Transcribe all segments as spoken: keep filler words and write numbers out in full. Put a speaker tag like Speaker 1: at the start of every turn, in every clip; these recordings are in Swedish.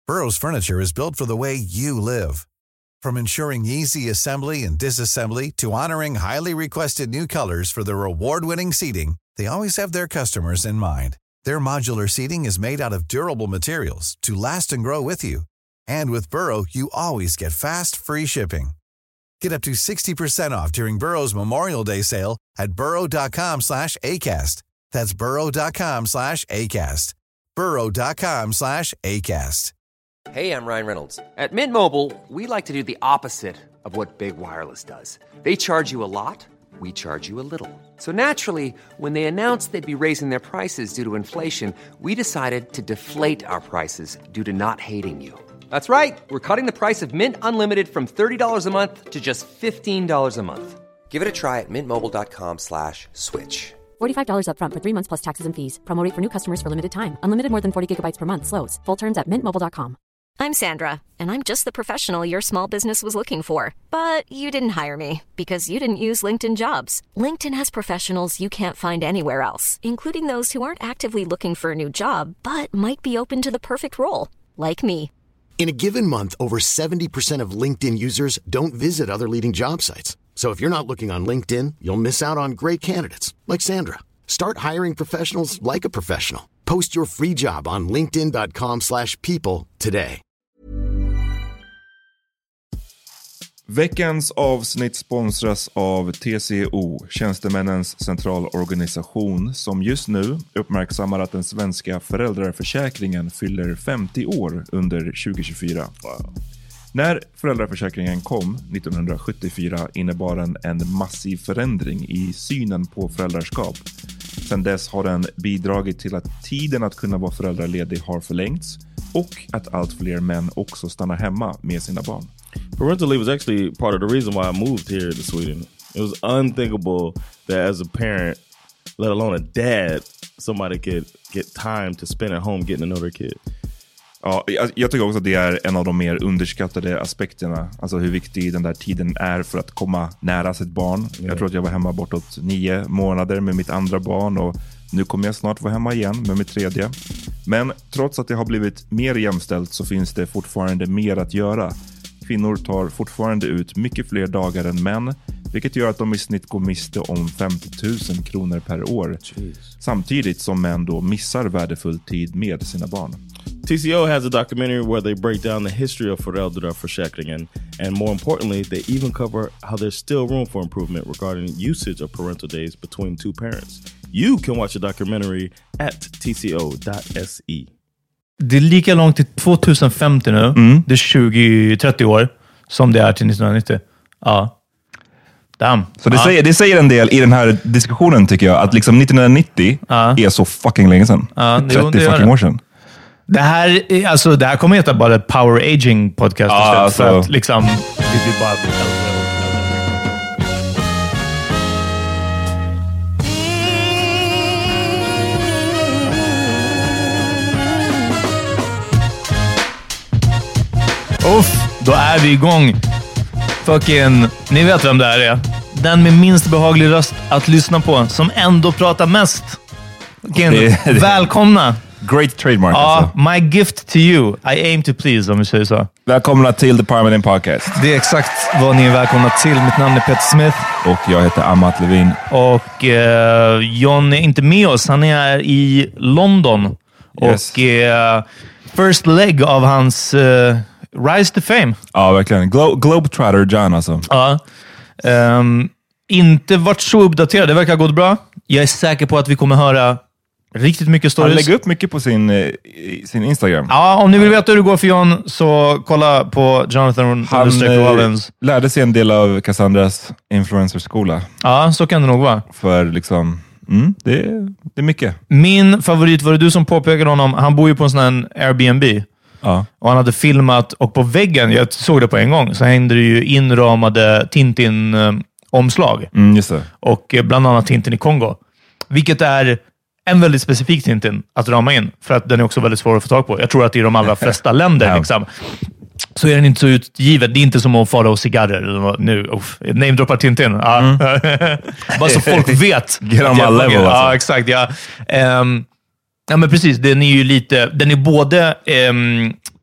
Speaker 1: Burrow's furniture is built for the way you live. From ensuring easy assembly and disassembly to honoring highly requested new colors for their award-winning seating, they always have their customers in mind. Their modular seating is made out of durable materials to last and grow with you. And with Burrow, you always get fast, free shipping. Get up to sixty percent off during Burrow's Memorial Day sale at burrow.com slash ACAST. That's burrow.com slash ACAST. burrow.com slash ACAST.
Speaker 2: Hey, I'm Ryan Reynolds. At Mint Mobile, we like to do the opposite of what Big Wireless does. They charge you a lot, we charge you a little. So naturally, when they announced they'd be raising their prices due to inflation, we decided to deflate our prices due to not hating you. That's right. We're cutting the price of Mint Unlimited from thirty dollars a month to just fifteen dollars a month. Give it a try at mintmobile.com slash switch.
Speaker 3: forty-five dollars up front for three months plus taxes and fees. Promo rate for new customers for limited time. Unlimited more than forty gigabytes per month. Slows full terms at mint mobile dot com.
Speaker 4: I'm Sandra, and I'm just the professional your small business was looking for. But you didn't hire me because you didn't use LinkedIn Jobs. LinkedIn has professionals you can't find anywhere else, including those who aren't actively looking for a new job, but might be open to the perfect role, like me.
Speaker 5: In a given month, over seventy percent of LinkedIn users don't visit other leading job sites. So if you're not looking on LinkedIn, you'll miss out on great candidates like Sandra. Start hiring professionals like a professional. Post your free job on linkedin.com slash people today.
Speaker 6: Veckans avsnitt sponsras av T C O, Tjänstemännens centralorganisation, som just nu uppmärksammar att den svenska föräldraförsäkringen fyller femtio år under tjugo tjugofyra. Wow. När föräldraförsäkringen kom nittonhundrasjuttiofyra innebar den en massiv förändring i synen på föräldraskap. Sedan dess har den bidragit till att tiden att kunna vara föräldraledig har förlängts och att allt fler män också stannar hemma med sina barn.
Speaker 7: Parental leave was actually part of the reason why I moved here to Sweden. It was unthinkable that as a parent, let alone a dad, somebody could get time to spend at home getting to know their kid.
Speaker 6: Ja, jag, jag tycker också att det är en av de mer underskattade aspekterna. Alltså hur viktig den där tiden är för att komma nära sitt barn. Yeah. Jag tror att jag var hemma bortåt nio månader med mitt andra barn och nu kommer jag snart vara hemma igen med mitt tredje. Men trots att det har blivit mer jämställt så finns det fortfarande mer att göra. Kvinnor tar fortfarande ut mycket fler dagar än män, vilket gör att de i snitt går miste om femtio tusen kronor per år. Jeez. Samtidigt som män då missar värdefull tid med sina barn.
Speaker 7: T C O has a documentary where they break down the history of föräldraförsäkringen, and more importantly, they even cover how there's still room for improvement regarding usage of parental days between two parents. You can watch the documentary at t c o dot s e.
Speaker 8: Det är lika långt till tjugohundrafemtio nu. Mm. Det är tjugo trettio år som det är till nittonhundranittio. Ja. Damn.
Speaker 6: Så det,
Speaker 8: ja.
Speaker 6: säger, det säger en del i den här diskussionen tycker jag. Att liksom nittonhundranittio ja. är så fucking länge sedan.
Speaker 8: Ja, det,
Speaker 6: trettio
Speaker 8: det
Speaker 6: fucking år sedan.
Speaker 8: Det här, alltså, det här kommer heta bara Power Aging Podcast.
Speaker 6: Ja, alltså.
Speaker 8: För att liksom... Det blir bara... Uff, då är vi igång. Fucking, ni vet vem det här är. Den med minst behaglig röst att lyssna på, som ändå pratar mest. Fucking, det, det, välkomna.
Speaker 6: Great trademark.
Speaker 8: Ja,
Speaker 6: alltså.
Speaker 8: My gift to you. I aim to please, om vi säger så.
Speaker 6: Välkomna till The Parliament Podcast.
Speaker 8: Det är exakt vad ni är välkomna till. Mitt namn är Peter Smith.
Speaker 6: Och jag heter Amat Levin.
Speaker 8: Och eh, John är inte med oss. Han är i London. Yes. Och eh, first leg av hans... Eh, Rise to fame.
Speaker 6: Ja, verkligen. Glo- Globetrotter John alltså.
Speaker 8: Ja. Um, inte varit så uppdaterad. Det verkar ha gått bra. Jag är säker på att vi kommer höra riktigt mycket stories.
Speaker 6: Han lägger upp mycket på sin, sin Instagram.
Speaker 8: Ja, om ni vill veta hur det går för John så kolla på Jonathan
Speaker 6: Han eh, lärde sig en del av Cassandras influencerskola.
Speaker 8: Ja, så kan det nog vara.
Speaker 6: För liksom... Mm, det, det är mycket.
Speaker 8: Min favorit var det du som påpekade honom. Han bor ju på en sån här Airbnb.
Speaker 6: Ja.
Speaker 8: Och han hade filmat, och på väggen, jag såg det på en gång, så hängde det ju inramade Tintin-omslag.
Speaker 6: Mm, just det.
Speaker 8: Och bland annat Tintin i Kongo. Vilket är en väldigt specifik Tintin att rama in. För att den är också väldigt svår att få tag på. Jag tror att i de allra flesta länder liksom, så är den inte så utgiven. Det är inte som att fara och cigarrer. Nu, uff, namedroppar Tintin. Ja. Mm. Bara så folk vet.
Speaker 6: Grandma level alltså.
Speaker 8: Ja, exakt. Ja. Um, Ja, men precis. Den är ju lite... Den är både um,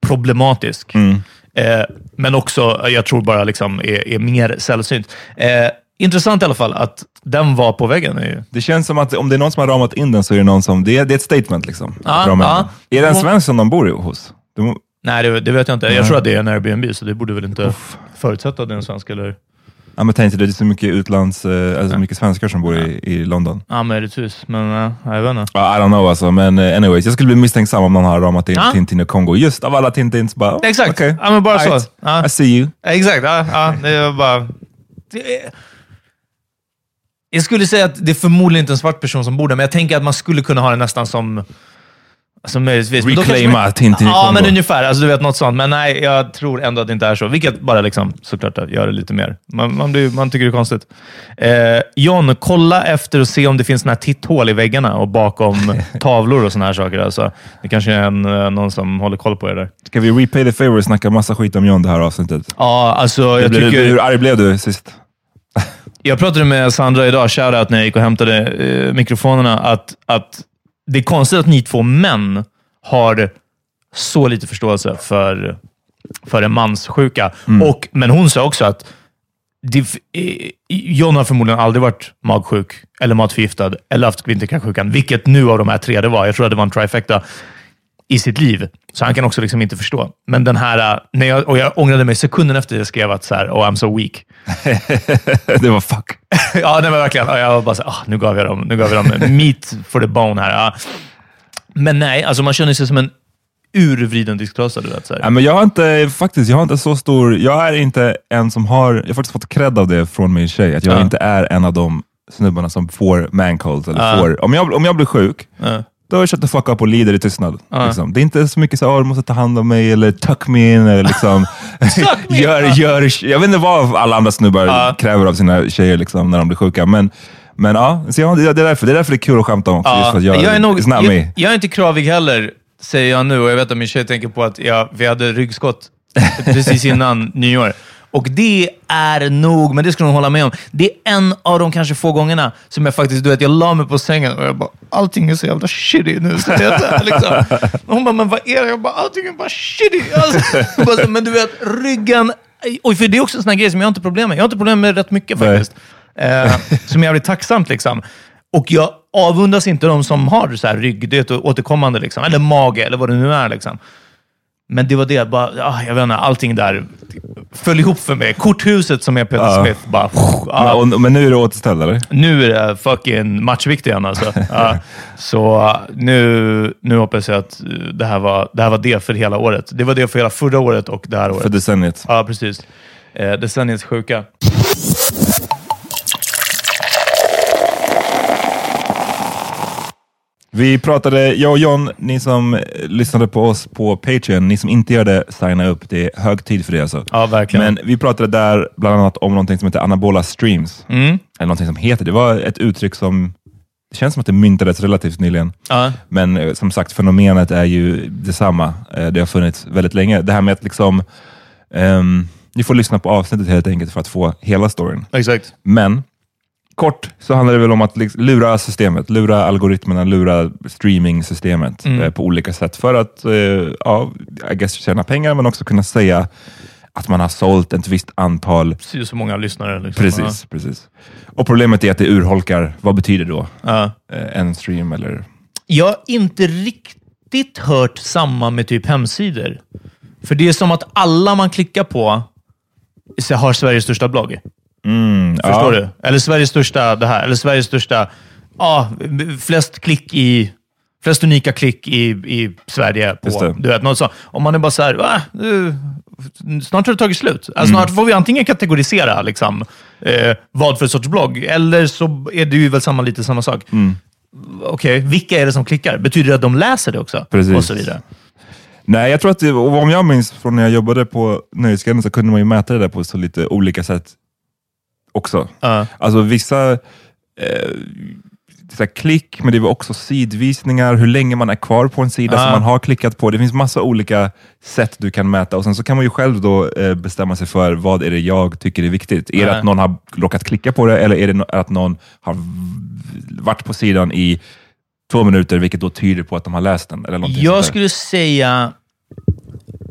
Speaker 8: problematisk.
Speaker 6: Mm.
Speaker 8: Eh, men också, jag tror bara liksom är, är mer sällsynt. Eh, intressant i alla fall att den var på väggen. Är ju.
Speaker 6: Det känns som att om det är någon som har ramat in den så är det någon som, det är, det är ett statement liksom.
Speaker 8: Ja,
Speaker 6: ja. Är det en svensk som de bor hos? De...
Speaker 8: Nej, det, det vet jag inte. Jag mm. tror att det är en Airbnb, så det borde väl inte Uff. förutsätta att det är en svensk eller...
Speaker 6: Ja, men tänk dig, det är så mycket utlands, eh, alltså ja. mycket svenskar som bor i, i London.
Speaker 8: Ja, men det är tyst, men uh, jag vet inte.
Speaker 6: I don't know alltså, men uh, anyways, jag skulle bli misstänksam om någon har ramat in ja. Tintin och Kongo. Just av alla Tintins bara, oh,
Speaker 8: exakt,
Speaker 6: okay.
Speaker 8: ja men bara
Speaker 6: right.
Speaker 8: så. Ja.
Speaker 6: I see you.
Speaker 8: Exakt, ja, ja det var bara... Det är... Jag skulle säga att det är förmodligen inte en svart person som bor där, men jag tänker att man skulle kunna ha det nästan som... Alltså möjligtvis.
Speaker 6: Reclaima
Speaker 8: man...
Speaker 6: Tintin i Kongo.
Speaker 8: Ja, men ungefär. Alltså du vet, något sånt. Men nej, jag tror ändå att det inte är så. Vilket bara liksom, såklart, gör det lite mer. Man, man, blir, man tycker det är konstigt. Eh, John, kolla efter och se om det finns såna här titthål i väggarna och bakom tavlor och såna här saker. Alltså, det kanske är en, någon som håller koll på det där.
Speaker 6: Ska vi repay the favor och snacka massa skit om John det här avsnittet?
Speaker 8: Ja, alltså jag
Speaker 6: blev,
Speaker 8: tycker...
Speaker 6: Hur arg blev du sist?
Speaker 8: Jag pratade med Sandra idag, shoutout, när jag gick och hämtade eh, mikrofonerna, att, att det är konstigt att ni två män har så lite förståelse för, för en manssjuka. Mm. Och, men hon sa också att det, John har förmodligen aldrig varit magsjuk eller matförgiftad eller haft vinterkräksjukan, vilket nu av de här tre det var. Jag tror att det var en trifecta i sitt liv. Så han kan också liksom inte förstå. Men den här, när jag, och jag ångrade mig sekunden efter jag skrev att så här, oh I'm so weak.
Speaker 6: Det var fuck.
Speaker 8: Ja, det var verkligen. Jag var bara så här, oh, nu gav jag dem, nu gav jag dem meat for the bone här. Ja. Men nej, alltså man känner sig som en urvriden disktrasa, du vet. Så här.
Speaker 6: Ja, men jag har inte, faktiskt, jag har inte så stor, jag är inte en som har, jag har faktiskt fått cred av det från min tjej, att jag ja. inte är en av de snubbarna som får mancold, eller ja. får, om jag, om jag blir sjuk, ja. då är jag fuck up och lider i tystnad. Ja. Liksom. Det är inte så mycket så att du måste ta hand om mig eller tuck me in. Eller liksom, gör, gör, jag vet inte vad alla andra snubbar ja. kräver av sina tjejer liksom, när de blir sjuka. Men, men ja, så jag, det, är därför, det är därför det är kul att skämta om också. Ja. Just för att jag,
Speaker 8: jag, är nog, jag, jag är inte kravig heller, säger jag nu. Och jag vet att min tjej tänker på att jag, vi hade ryggskott precis innan nyår. Och det är nog, men det ska hon hålla med om, det är en av de kanske få gångerna som jag faktiskt, du vet, jag la mig på sängen och jag bara, allting är så jävla shitty nu. Så det är liksom. Och hon bara, men vad är det? Jag bara, allting är bara shitty. Alltså, bara, men du vet, ryggen, och för det är också en sån här grej som jag har inte problem med. Jag har inte problem med rätt mycket faktiskt. Eh, som jag blir tacksamt liksom. Och jag avundas inte de som har så här rygg, det är återkommande liksom, eller mage, eller vad det nu är liksom. Men det var det, bara, ja, jag vet inte, allting där föll ihop för mig. Korthuset som är Peter ja. Smith, bara... Ja.
Speaker 6: Men, men nu är det återställd, eller?
Speaker 8: Nu är det fucking matchvikt igen, alltså. Ja. Så nu, nu hoppas jag att det här, var, det här var det för hela året. Det var det för hela förra året och det här året.
Speaker 6: För decenniet.
Speaker 8: Ja, precis. Eh, decenniets sjuka.
Speaker 6: Vi pratade, jag och John, ni som lyssnade på oss på Patreon, ni som inte gör det, signa upp. Det är hög tid för det alltså.
Speaker 8: Ja, verkligen.
Speaker 6: Men vi pratade där bland annat om någonting som heter anabola streams. Mm. Eller någonting som heter, det var ett uttryck som, det känns som att det myntades relativt nyligen. Ja. Men som sagt, fenomenet är ju detsamma. Det har funnits väldigt länge. Det här med att liksom, um, ni får lyssna på avsnittet helt enkelt för att få hela storyn.
Speaker 8: Exakt.
Speaker 6: Men kort så handlar det väl om att lura systemet, lura algoritmerna, lura streamingsystemet mm. eh, på olika sätt för att eh, ja, I guess tjäna pengar, men också kunna säga att man har sålt ett visst antal.
Speaker 8: Precis, så många lyssnare. Liksom.
Speaker 6: Precis, ja. precis. Och problemet är att det urholkar, vad betyder då ja. eh, en stream eller?
Speaker 8: Jag har inte riktigt hört samma med typ hemsidor. För det är som att alla man klickar på har Sveriges största blogg.
Speaker 6: Mm,
Speaker 8: Förstår
Speaker 6: ja.
Speaker 8: du? Eller Sveriges största det här. Eller Sveriges största... Ja, flest klick i... Flest unika klick i, i Sverige på... Du vet, något så. Om man är bara så här... Ah, du, snart har det tagit slut. Alltså, mm. Snart får vi antingen kategorisera liksom, eh, vad för sorts blogg. Eller så är det ju väl samma, lite samma sak. Mm. Okej, okay, vilka är det som klickar? Betyder det att de läser det också?
Speaker 6: Precis.
Speaker 8: Och så vidare.
Speaker 6: Nej, jag tror att det, om jag minns från när jag jobbade på Nöjesguiden så kunde man ju mäta det där på så lite olika sätt också. Uh. Alltså vissa eh, så här klick, men det var också sidvisningar, hur länge man är kvar på en sida uh. som man har klickat på. Det finns massa olika sätt du kan mäta och sen så kan man ju själv då eh, bestämma sig för vad är det jag tycker är viktigt. Är uh. det att någon har råkat klicka på det eller är det att någon har varit på sidan i två minuter, vilket då tyder på att de har läst den? Eller
Speaker 8: jag skulle säga,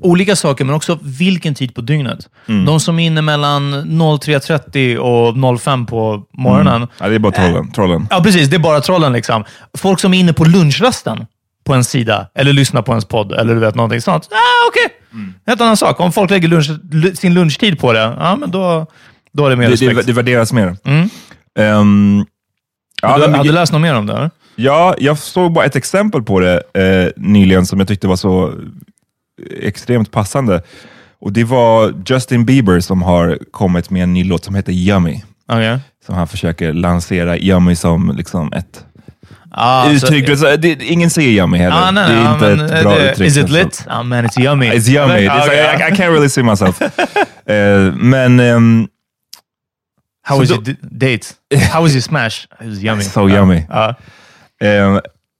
Speaker 8: olika saker, men också vilken tid på dygnet.
Speaker 6: Mm.
Speaker 8: De som är inne mellan tre trettio och fem på morgonen.
Speaker 6: Mm. Ja, det är bara trollen. trollen.
Speaker 8: Ja, precis. Det är bara trollen. Liksom. Folk som är inne på lunchrasten på en sida, eller lyssnar på ens podd, eller du vet någonting sånt. Ah, okej. Okay. Mm. Helt annan sak. Om folk lägger lunch, sin lunchtid på det, ja, men då, då är det mer
Speaker 6: respekt. Det, det, det värderas mer.
Speaker 8: Mm.
Speaker 6: Um, ja,
Speaker 8: du
Speaker 6: men,
Speaker 8: hade du läst något mer om det? Eller?
Speaker 6: Ja, jag såg bara ett exempel på det eh, nyligen som jag tyckte var så extremt passande. Och det var Justin Bieber som har kommit med en ny låt som heter Yummy.
Speaker 8: Okay.
Speaker 6: Som han försöker lansera Yummy som liksom ett
Speaker 8: ah,
Speaker 6: uttryck. Så, det, ingen säger Yummy heller.
Speaker 8: Ah, nej,
Speaker 6: det är
Speaker 8: nej,
Speaker 6: inte
Speaker 8: men,
Speaker 6: ett bra
Speaker 8: det,
Speaker 6: uttryck.
Speaker 8: Is it lit? Oh man, it's yummy.
Speaker 6: It's yummy. It's like, I, I can't really see myself. uh, men... Um,
Speaker 8: How was
Speaker 6: då,
Speaker 8: your d- date? How was your smash? It was yummy.
Speaker 6: So yummy.
Speaker 8: Uh,
Speaker 6: um,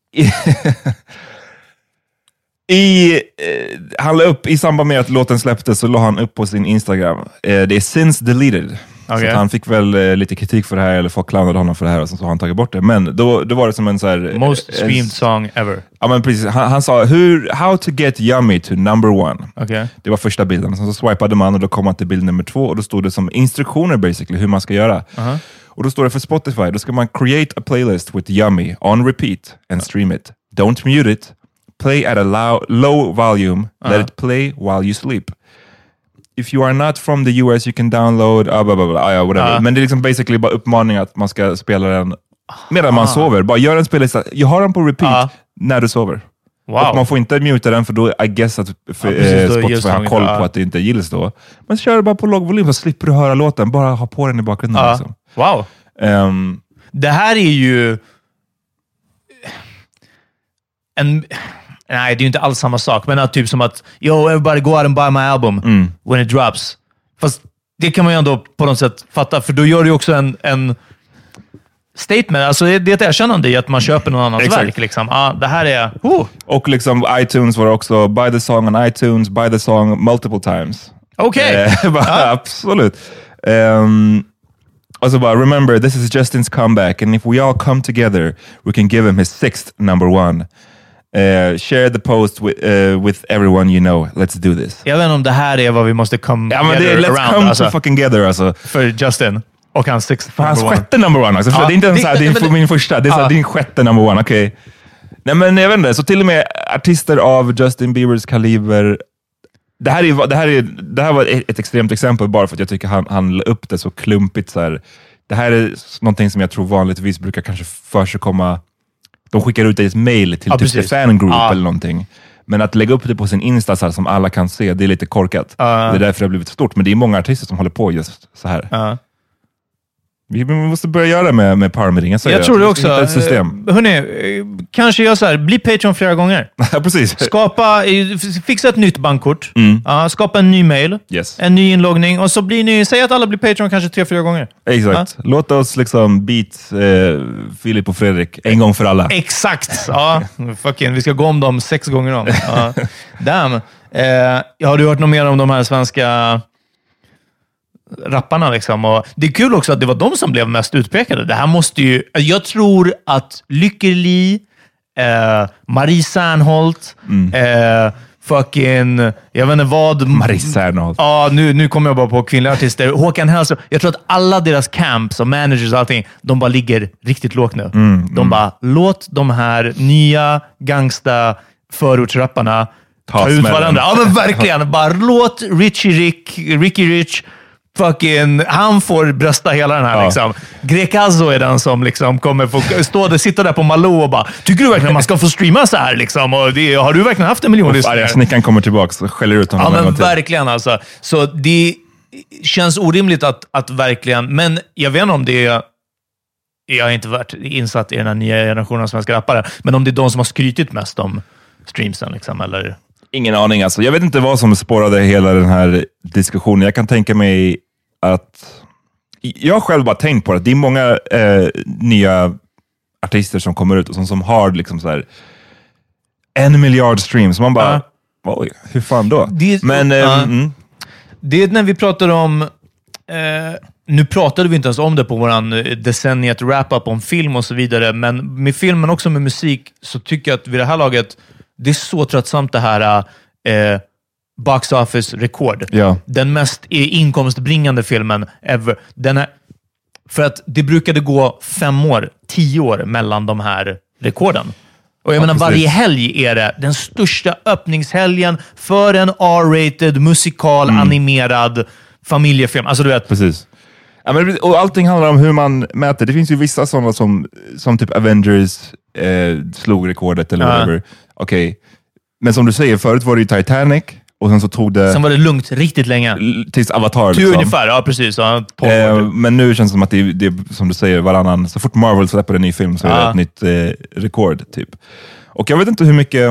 Speaker 6: I, eh, han la upp, i samband med att låten släpptes så la han upp på sin Instagram. Eh, det är since deleted.
Speaker 8: Okay.
Speaker 6: Så han fick väl eh, lite kritik för det här, eller folk clownade honom för det här, och så har han tagit bort det. Men då, då var det som en så här...
Speaker 8: Most
Speaker 6: eh,
Speaker 8: streamed song ever.
Speaker 6: Ja, men precis. Han, han sa, hur, how to get yummy to number one.
Speaker 8: Okay.
Speaker 6: Det var första bilden. Sen så swipade man och då kom man till bild nummer två, och då stod det som instruktioner basically, hur man ska göra.
Speaker 8: Uh-huh.
Speaker 6: Och då står det för Spotify, då ska man create a playlist with yummy on repeat and stream it. Don't mute it. Play at a low, low volume. Uh-huh. Let it play while you sleep. If you are not from the U S you can download, ah, blah, blah, blah, ah, whatever. Uh-huh. Men det är liksom basically bara uppmaning att man ska spela den medan uh-huh. man sover. Bara gör en spellista. Jag har den på repeat uh-huh. när du sover.
Speaker 8: Wow.
Speaker 6: Och man får inte muta den, för då I guess att för,
Speaker 8: ja, precis,
Speaker 6: eh, Spotify har koll på att det inte gills då. Men kör bara på låg volym så slipper du höra låten. Bara ha på den i bakgrunden.
Speaker 8: Uh-huh.
Speaker 6: Liksom.
Speaker 8: Wow.
Speaker 6: Um,
Speaker 8: det här är ju en... Nej, det är ju inte alls samma sak. Men typ som att, yo, everybody go out and buy my album
Speaker 6: mm.
Speaker 8: when it drops. Fast det kan man ju ändå på något sätt fatta. För då gör du ju också en, en statement. Alltså det är ett erkännande i att man köper någon annans
Speaker 6: Exakt.
Speaker 8: verk. Liksom. Ah, det här är... Oh.
Speaker 6: Och liksom iTunes var också, buy the song on iTunes, buy the song multiple times.
Speaker 8: Okej. Okay.
Speaker 6: Eh,
Speaker 8: ah.
Speaker 6: Absolut. Um, alltså bara, remember, this is Justin's comeback, and if we all come together, we can give him his sixth number one. Uh, share the post with, uh, with everyone you know. Let's do this.
Speaker 8: Jag vet inte om det här är vad vi måste come
Speaker 6: ja, men det är, let's
Speaker 8: around,
Speaker 6: come
Speaker 8: alltså,
Speaker 6: to fucking gather alltså.
Speaker 8: för Justin och hans sixth
Speaker 6: för hans
Speaker 8: number
Speaker 6: sjätte number one. Alltså, för
Speaker 8: ja,
Speaker 6: det är inte ens
Speaker 8: det,
Speaker 6: din,
Speaker 8: men,
Speaker 6: min första. Det är ja. din sjätte number one. Okej. Okay. Nej, men jag vet inte. Så till och med artister av Justin Biebers kaliber. Det här, är, det här, är, det här var ett, ett extremt exempel bara för att jag tycker han, han la upp det så klumpigt. Så här. Det här är någonting som jag tror vanligtvis brukar kanske för sig komma. De skickar ut ett mail till
Speaker 8: ja,
Speaker 6: typ ett fangroup ja. eller någonting. Men att lägga upp det på sin Insta så här, som alla kan se, det är lite korkat. Uh. Det är därför det har blivit stort. Men det är många artister som håller på just så här.
Speaker 8: Uh.
Speaker 6: Vi måste börja göra det med, med Power Meeting. Jag,
Speaker 8: jag tror det också.
Speaker 6: Ett system.
Speaker 8: Hörrni, kanske gör så här. Bli Patreon flera gånger.
Speaker 6: Ja, precis.
Speaker 8: Skapa, fixa ett nytt bankkort.
Speaker 6: Mm.
Speaker 8: Uh, skapa en ny mail.
Speaker 6: Yes.
Speaker 8: En ny inloggning. Och så blir ni, säg att alla blir Patreon kanske tre, fyra gånger.
Speaker 6: Exakt. Uh. Låt oss liksom beat eh, Filip och Fredrik en gång för alla.
Speaker 8: Exakt. Ja, fucking. Vi ska gå om dem sex gånger om. Uh. Damn. Uh, har du hört något mer om de här svenska rapparna liksom? Och det är kul också att det var de som blev mest utpekade. Det här måste ju... Jag tror att Lykke Li, eh, Marie Serneholt, mm. eh, fucking... Jag vet inte vad...
Speaker 6: Marie Serneholt.
Speaker 8: Ja, nu, nu kommer jag bara på kvinnliga artister. Håkan Hellström. Jag tror att alla deras camps och managers och allting, de bara ligger riktigt lågt nu.
Speaker 6: Mm,
Speaker 8: de mm. bara, låt de här nya gangsta förortsrapparna ta, ta ut varandra. Ja, men verkligen. Bara låt Richie Rick, Ricky Rich fucking, han får brösta hela den här. Ja. Liksom. Greekazo är den som liksom kommer få stå där, sitta där på Malou och bara, tycker du verkligen att man ska få streama så här? Liksom? Och det, har du verkligen haft en miljon lyssnare?
Speaker 6: Snickaren kommer tillbaka och skäller ut honom.
Speaker 8: Ja, men verkligen alltså. Så det känns orimligt att, att verkligen, men jag vet inte om det är, jag har inte varit insatt i den här nya generationen av svenska rappare, men om det är de som har skrytit mest om streamsen, liksom, eller...
Speaker 6: Ingen aning alltså. Jag vet inte vad som spårade hela den här diskussionen. Jag kan tänka mig att... Jag har själv bara tänkt på det. Det är många eh, nya artister som kommer ut och som, som har liksom så här en miljard streams. Man bara, uh. oj, hur fan då?
Speaker 8: Det,
Speaker 6: Men,
Speaker 8: uh.
Speaker 6: eh, mm.
Speaker 8: det är när vi pratar om... Eh, nu pratade vi inte ens om det på våran decenniet wrap-up om film och så vidare, men med filmen också med musik så tycker jag att vid det här laget det är så tröttsamt det här... Eh, box office-rekord.
Speaker 6: Ja.
Speaker 8: Den mest inkomstbringande filmen ever. Den är, för att det brukade gå fem år, tio år mellan de här rekorden. Och jag
Speaker 6: ja,
Speaker 8: menar,
Speaker 6: precis.
Speaker 8: varje helg är det den största öppningshelgen för en R-rated, musikal, mm. animerad familjefilm. Alltså du vet.
Speaker 6: Precis. Ja, men, och allting handlar om hur man mäter. Det finns ju vissa sådana som, som typ Avengers eh, slog rekordet eller
Speaker 8: ja.
Speaker 6: whatever. Okej. Okay. Men som du säger, förut var det ju Titanic. Och sen så tog det...
Speaker 8: Sen var det lugnt riktigt länge.
Speaker 6: Tills Avatar.
Speaker 8: Till liksom. Ungefär, ja precis. Ja,
Speaker 6: eh, men nu känns det som att det, det som du säger, varannan... Så fort Marvel släpper en ny film så är det ja. ett nytt eh, rekord, typ. Och jag vet inte hur mycket...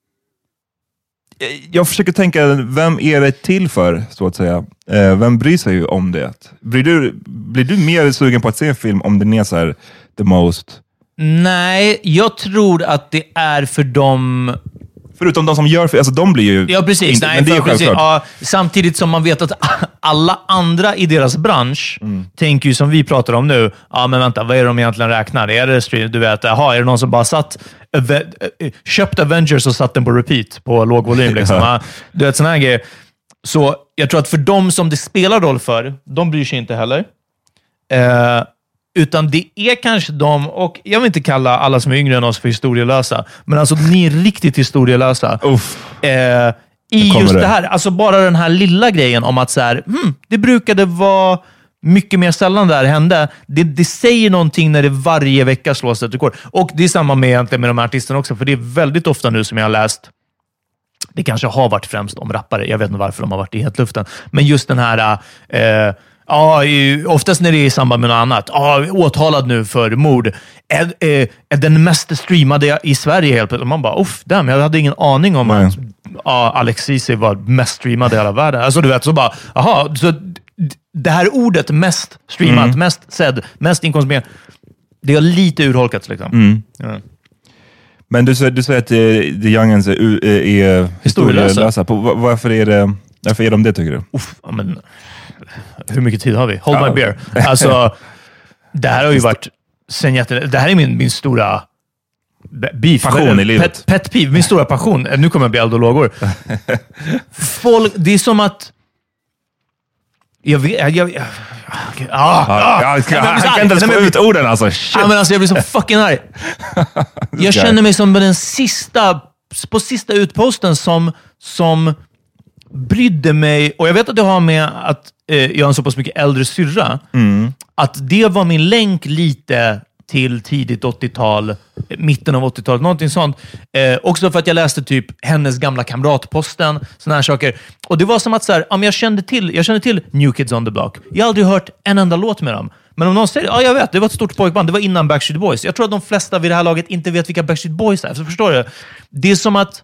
Speaker 6: Jag försöker tänka, vem är det till för, så att säga? Eh, vem bryr sig ju om det? Blir du, blir du mer sugen på att se en film om den är så här, the most...
Speaker 8: Nej, jag tror att det är för dem...
Speaker 6: Förutom de som gör, alltså de blir ju...
Speaker 8: Ja, precis.
Speaker 6: Inte,
Speaker 8: Nej,
Speaker 6: men det är ju
Speaker 8: precis.
Speaker 6: självklart.
Speaker 8: Ja, samtidigt som man vet att alla andra i deras bransch mm. tänker ju som vi pratar om nu. Ja, men vänta, vad är det de egentligen räknar? Är det stream? Du vet, aha, är det någon som bara satt... köpt Avengers och satt den på repeat på låg volym? Liksom. Ja. Du vet, såna här grejer. Så jag tror att för dem som det spelar roll för, de bryr sig inte heller. Eh... Utan det är kanske de, och jag vill inte kalla alla som är yngre än oss för historielösa, men alltså ni är riktigt historielösa. Eh, I just det. det här, alltså bara den här lilla grejen om att så här, hmm, det brukade vara mycket mer sällan där hände. Det, det säger någonting när det varje vecka slås ett rekord. Och det är samma med, egentligen med de här artisterna också, för det är väldigt ofta nu som jag har läst, det kanske har varit främst om rappare, jag vet inte varför de har varit i hetluften, men just den här... Eh, Ja, oftast när det är i samband med något annat. Ja, åtalad nu för mord. Är, är, är den mest streamade i Sverige helt plötsligt. Man bara, uff, damn, jag hade ingen aning om Nej. att ja, Alex Ceesay var mest streamad i hela världen. Alltså du vet, så bara, aha, så det här ordet mest streamat, mm. mest sedd, mest inkomstbringande, det har lite urholkats liksom.
Speaker 6: Mm.
Speaker 8: Ja.
Speaker 6: Men du, du säger att The, the Youngins är, är historielösa. På, varför, är det, varför är de det, tycker du?
Speaker 8: Uff, men... Hur mycket tid har vi? Hold ja. my beer. Alltså, det här har ju varit... Sen jätte, det här är min, min stora... Beef.
Speaker 6: Passion i livet.
Speaker 8: Pet, pet peeve, min stora passion. Nu kommer jag bli eld och lågor. Folk, det är som att... Jag vet... Jag, jag, jag, ah, ah,
Speaker 6: jag, jag, jag kan inte ens få ut orden alltså. Shit.
Speaker 8: Ja, men alltså. Jag blir så fucking arg. Jag känner mig som den sista... På sista utposten som... som brydde mig, och jag vet att det har med att eh, jag har en så pass mycket äldre syrra, mm. att det var min länk lite till tidigt åttiotal, mitten av åttiotalet, någonting sånt. Eh, också för att jag läste typ hennes gamla Kamratposten, såna här saker. Och det var som att så här, ja, jag kände till, jag kände till New Kids on the Block. Jag har aldrig hört en enda låt med dem. Men om någon säger, ja jag vet, det var ett stort pojkband, det var innan Backstreet Boys. Jag tror att de flesta vid det här laget inte vet vilka Backstreet Boys är. Så förstår du? Det är som att...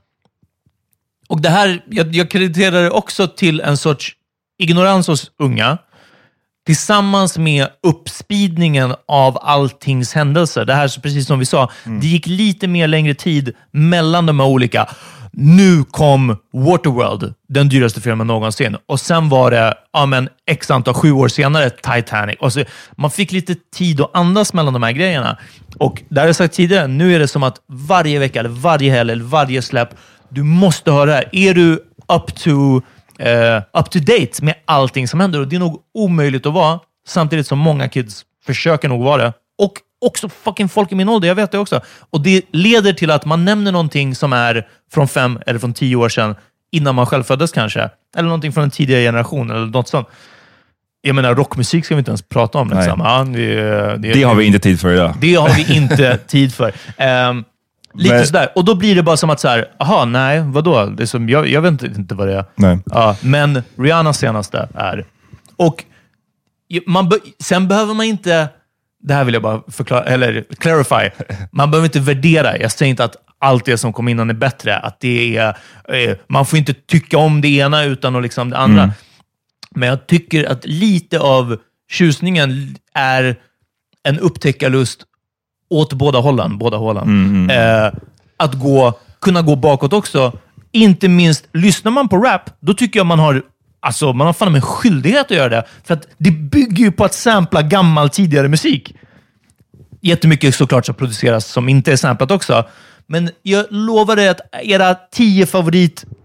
Speaker 8: Och det här, jag, jag krediterar det också till en sorts ignorans hos unga, tillsammans med uppspidningen av alltings händelser. Det här, precis som vi sa, mm. det gick lite mer längre tid mellan de här olika. Nu kom Waterworld, den dyraste filmen någonsin. Och sen var det, ja men, x antal, sju år senare, Titanic. Och så, man fick lite tid att andas mellan de här grejerna. Och där har jag sagt tidigare, nu är det som att varje vecka, eller varje helg, eller varje släpp, du måste höra det här. Är du up to, uh, up to date med allting som händer? Och det är nog omöjligt att vara. Samtidigt som många kids försöker nog vara det. Och också fucking folk i min ålder, jag vet det också. Och det leder till att man nämner någonting som är från fem eller från tio år sedan, innan man själv föddes kanske. Eller någonting från en tidigare generation eller något sånt. Jag menar, rockmusik ska vi inte ens prata om. Liksom. Ja, det, det,
Speaker 6: det har vi inte tid för idag.
Speaker 8: Det har vi inte tid för. Um, Lite men, sådär. Och då blir det bara som att så här, aha, nej, vadå? Det är som, jag, jag vet inte, inte vad det är.
Speaker 6: Nej.
Speaker 8: Ja, men Rihannas senaste är. Och man be, sen behöver man inte, det här vill jag bara förklara, eller clarify. Man behöver inte värdera. Jag säger inte att allt det som kom innan är bättre. Att det är, eh, man får inte tycka om det ena utan och liksom det andra. Mm. Men jag tycker att lite av tjusningen är en upptäckarlust åt båda hållen. Båda hållen.
Speaker 6: Mm, mm.
Speaker 8: Eh, att gå, kunna gå bakåt också. Inte minst, lyssnar man på rap, då tycker jag man har, alltså, man har fan en skyldighet att göra det. För att det bygger ju på att sampla gammal tidigare musik. Jättemycket såklart som produceras som inte är samplat också. Men jag lovar dig att era tio favorit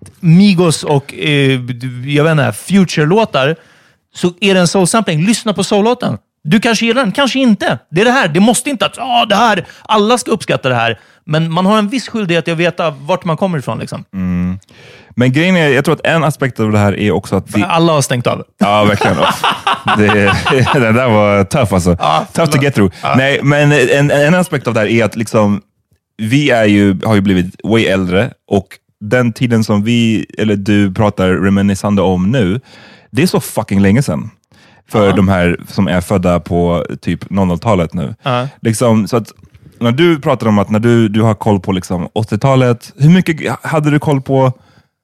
Speaker 8: Migos och eh, jag vet inte, Future-låtar, så är det en soul-sampling. Lyssna på soul-låten. Du kanske gillar den, kanske inte. Det är det här. Det måste inte att ah, det här, alla ska uppskatta det här. Men man har en viss skyldighet att veta vart man kommer ifrån. Liksom.
Speaker 6: Mm. Men grejen är, jag tror att en aspekt av det här är också att... Vi...
Speaker 8: Alla har stängt av.
Speaker 6: Ja, verkligen. det, det där var tough alltså. Ah, tough to get through. Ah. Nej, men en, en aspekt av det här är att liksom, vi är ju, har ju blivit way äldre och den tiden som vi, eller du pratar reminiscande om nu, det är så fucking länge sedan. För uh-huh. de här som är födda på typ noll noll-talet nu. Uh-huh. Liksom, så att när du pratar om att när du, du har koll på liksom åttiotalet, hur mycket hade du koll på,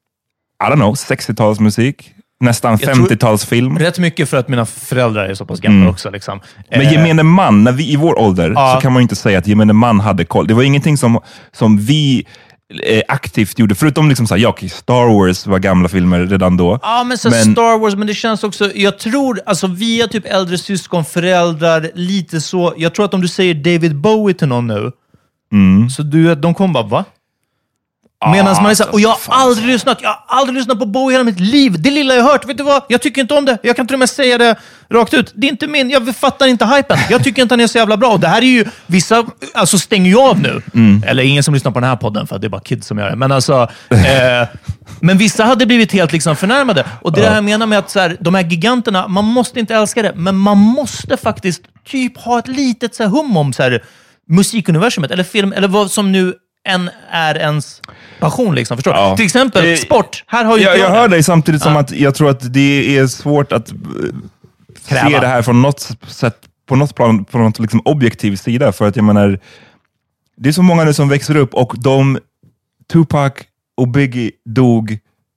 Speaker 6: I don't know, sextiotalsmusik? Nästan femtiotalsfilm?
Speaker 8: Rätt mycket för att mina föräldrar är så pass gamla mm. också. Liksom.
Speaker 6: Men gemene man, när vi i vår ålder, uh-huh. så kan man ju inte säga att gemene man hade koll. Det var ingenting som, som vi... aktivt gjorde, förutom liksom såhär, ja, Star Wars var gamla filmer redan då.
Speaker 8: Ja, men så men... Star Wars, men det känns också, jag tror, alltså vi är typ äldre syskon, föräldrar, lite så, jag tror att om du säger David Bowie till någon nu, mm. så du, de kommer bara, va? Ah, Medan man är så här, och jag har aldrig lyssnat, jag har aldrig lyssnat på Bowie hela mitt liv. Det lilla jag har hört, vet du vad? Jag tycker inte om det. Jag kan till och med säga det rakt ut. Det är inte min, jag fattar inte hypen. Jag tycker inte han är så jävla bra. Och det här är ju, vissa alltså stänger ju av nu. Mm. Eller ingen som lyssnar på den här podden, för att det är bara kids som gör det. Men alltså, eh, men vissa hade blivit helt liksom förnärmade. Och det är det här jag menar med att så här, de här giganterna, man måste inte älska det, men man måste faktiskt typ ha ett litet så här, hum om så här, musikuniversumet, eller film, eller vad som nu en är ens passion, liksom, förstår du? Ja. Till exempel eh, sport. Här har ju
Speaker 6: jag, jag hör dig samtidigt som ja. att jag tror att det är svårt att Kräva. se det här från något sätt, på något plan, på något liksom objektiv sida, för att jag menar, det är så många nu som växer upp och de, Tupac och Biggie dog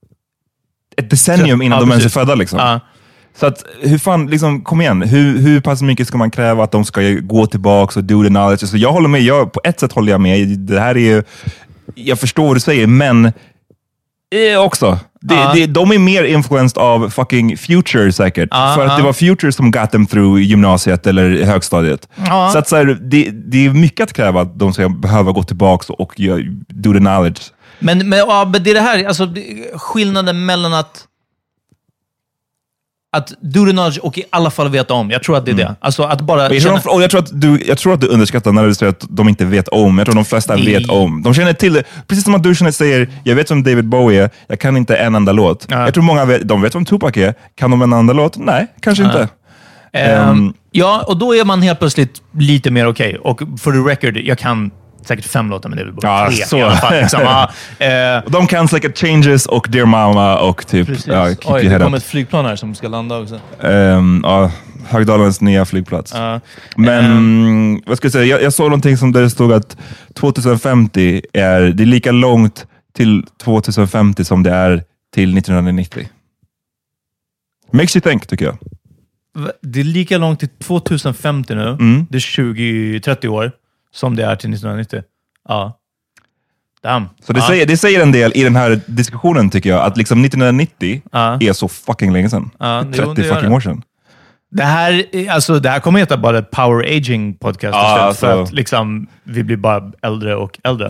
Speaker 6: ett decennium innan ja, de ens är födda liksom. Ja. Så att, hur fan, liksom, kom igen, hur, hur pass mycket ska man kräva att de ska gå tillbaka och do the knowledge? Så jag håller med, jag, på ett sätt håller jag med. Det här är ju, jag förstår vad du säger, men eh, också, det, uh. det, de är mer influenced av fucking Future säkert. Uh, för att uh. det var Future som got them through gymnasiet eller högstadiet. Uh. Så att så här, det, det är mycket att kräva att de ska behöva gå tillbaka och uh, do the knowledge.
Speaker 8: Men, men, ja, men det är det här, alltså skillnaden mellan att Att do the knowledge och i alla fall veta om. Jag tror att det är det. Mm. Alltså att bara
Speaker 6: jag,
Speaker 8: känna...
Speaker 6: tror, och jag, tror att du, jag tror att du underskattar när du säger att de inte vet om. Jag tror de flesta det... vet om. De känner till det. Precis som att du känner säger, jag vet som David Bowie är, jag kan inte en enda låt. Ja. Jag tror många vet, de vet om Tupac är. Kan de en enda låt? Nej, kanske ja. inte.
Speaker 8: Um, um, ja, och då är man helt plötsligt lite mer okej. Okay. Och for the record, jag kan säkert fem låtar, men det är väl bara tre
Speaker 6: så.
Speaker 8: i alla fall. Liksom. ah,
Speaker 6: eh. De kan säkert Changes och Dear Mama och typ... Ja,
Speaker 8: oj, det kommer ett flygplan här som ska landa också.
Speaker 6: Um, ja, Högdalarnas nya flygplats. Uh, men, um, vad ska jag säga? Jag, jag såg någonting som där det stod att tjugohundrafemtio är, det är lika långt till tjugohundrafemtio som det är till nittonhundranittio. Makes you think, tycker jag.
Speaker 8: Det är lika långt till tjugohundrafemtio nu. Mm. Det är tjugo till trettio år. Som det är till nittonhundranittio. Ja. Damn.
Speaker 6: Så det,
Speaker 8: ja.
Speaker 6: säger, det säger en del i den här diskussionen, tycker jag. Att liksom nittonhundranittio ja. är så fucking länge sedan. Ja, det, trettio det fucking det. år sedan.
Speaker 8: Det här, alltså, det här kommer heta bara ett power aging podcast. Ja, alltså. För att liksom, vi blir bara äldre och äldre.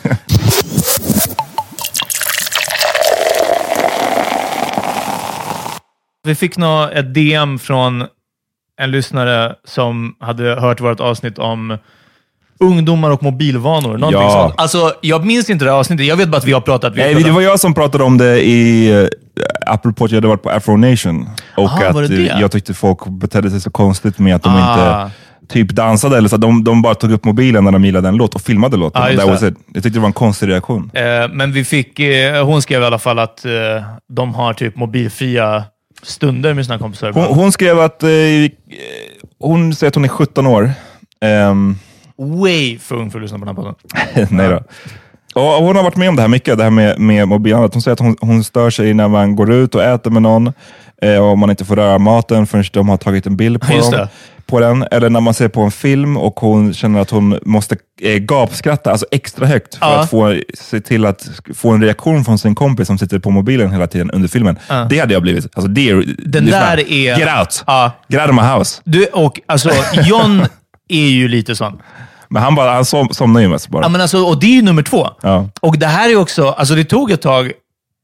Speaker 8: Vi fick nå ett D M från en lyssnare som hade hört vårt avsnitt om ungdomar och mobilvanor. Någonting ja. sånt. Alltså, jag minns inte det här avsnittet. Jag vet bara att vi har pratat. Vi har
Speaker 6: Nej,
Speaker 8: pratat.
Speaker 6: Det var jag som pratade om det i uh, apropå att jag hade varit på Afro Nation. Och Aha, att det det? jag tyckte folk betedde sig så konstigt med att de ah. inte typ dansade. Eller så de, de bara tog upp mobilen när de gillade en låt och filmade låten. Ah, That was it. Jag tyckte det var en konstig reaktion.
Speaker 8: Uh, men vi fick, uh, hon skrev i alla fall att uh, de har typ mobilfria stunder med sina kompisar.
Speaker 6: Hon, hon skrev att eh, hon säger att hon är sjutton år. Um,
Speaker 8: Way för ung för att lyssna på den här podden.
Speaker 6: Nej då. Och hon har varit med om det här mycket, det här med, med mobilen. Hon säger att hon, hon stör sig när man går ut och äter med någon eh, och man inte får röra maten förrän de har tagit en bild på, dem, på den. Eller när man ser på en film och hon känner att hon måste eh, gapskratta, alltså extra högt för ja. att få, se till att få en reaktion från sin kompis som sitter på mobilen hela tiden under filmen. Ja. Det hade jag blivit. Alltså, det är,
Speaker 8: den
Speaker 6: det
Speaker 8: där är...
Speaker 6: är... Get out! Ja. Get out of my house!
Speaker 8: Du, och alltså, John är ju lite sån.
Speaker 6: Men han, bara, han som, somnar ju mest bara.
Speaker 8: Ja, men alltså, och det är ju nummer två. Ja. Och det här är också, alltså det tog ett tag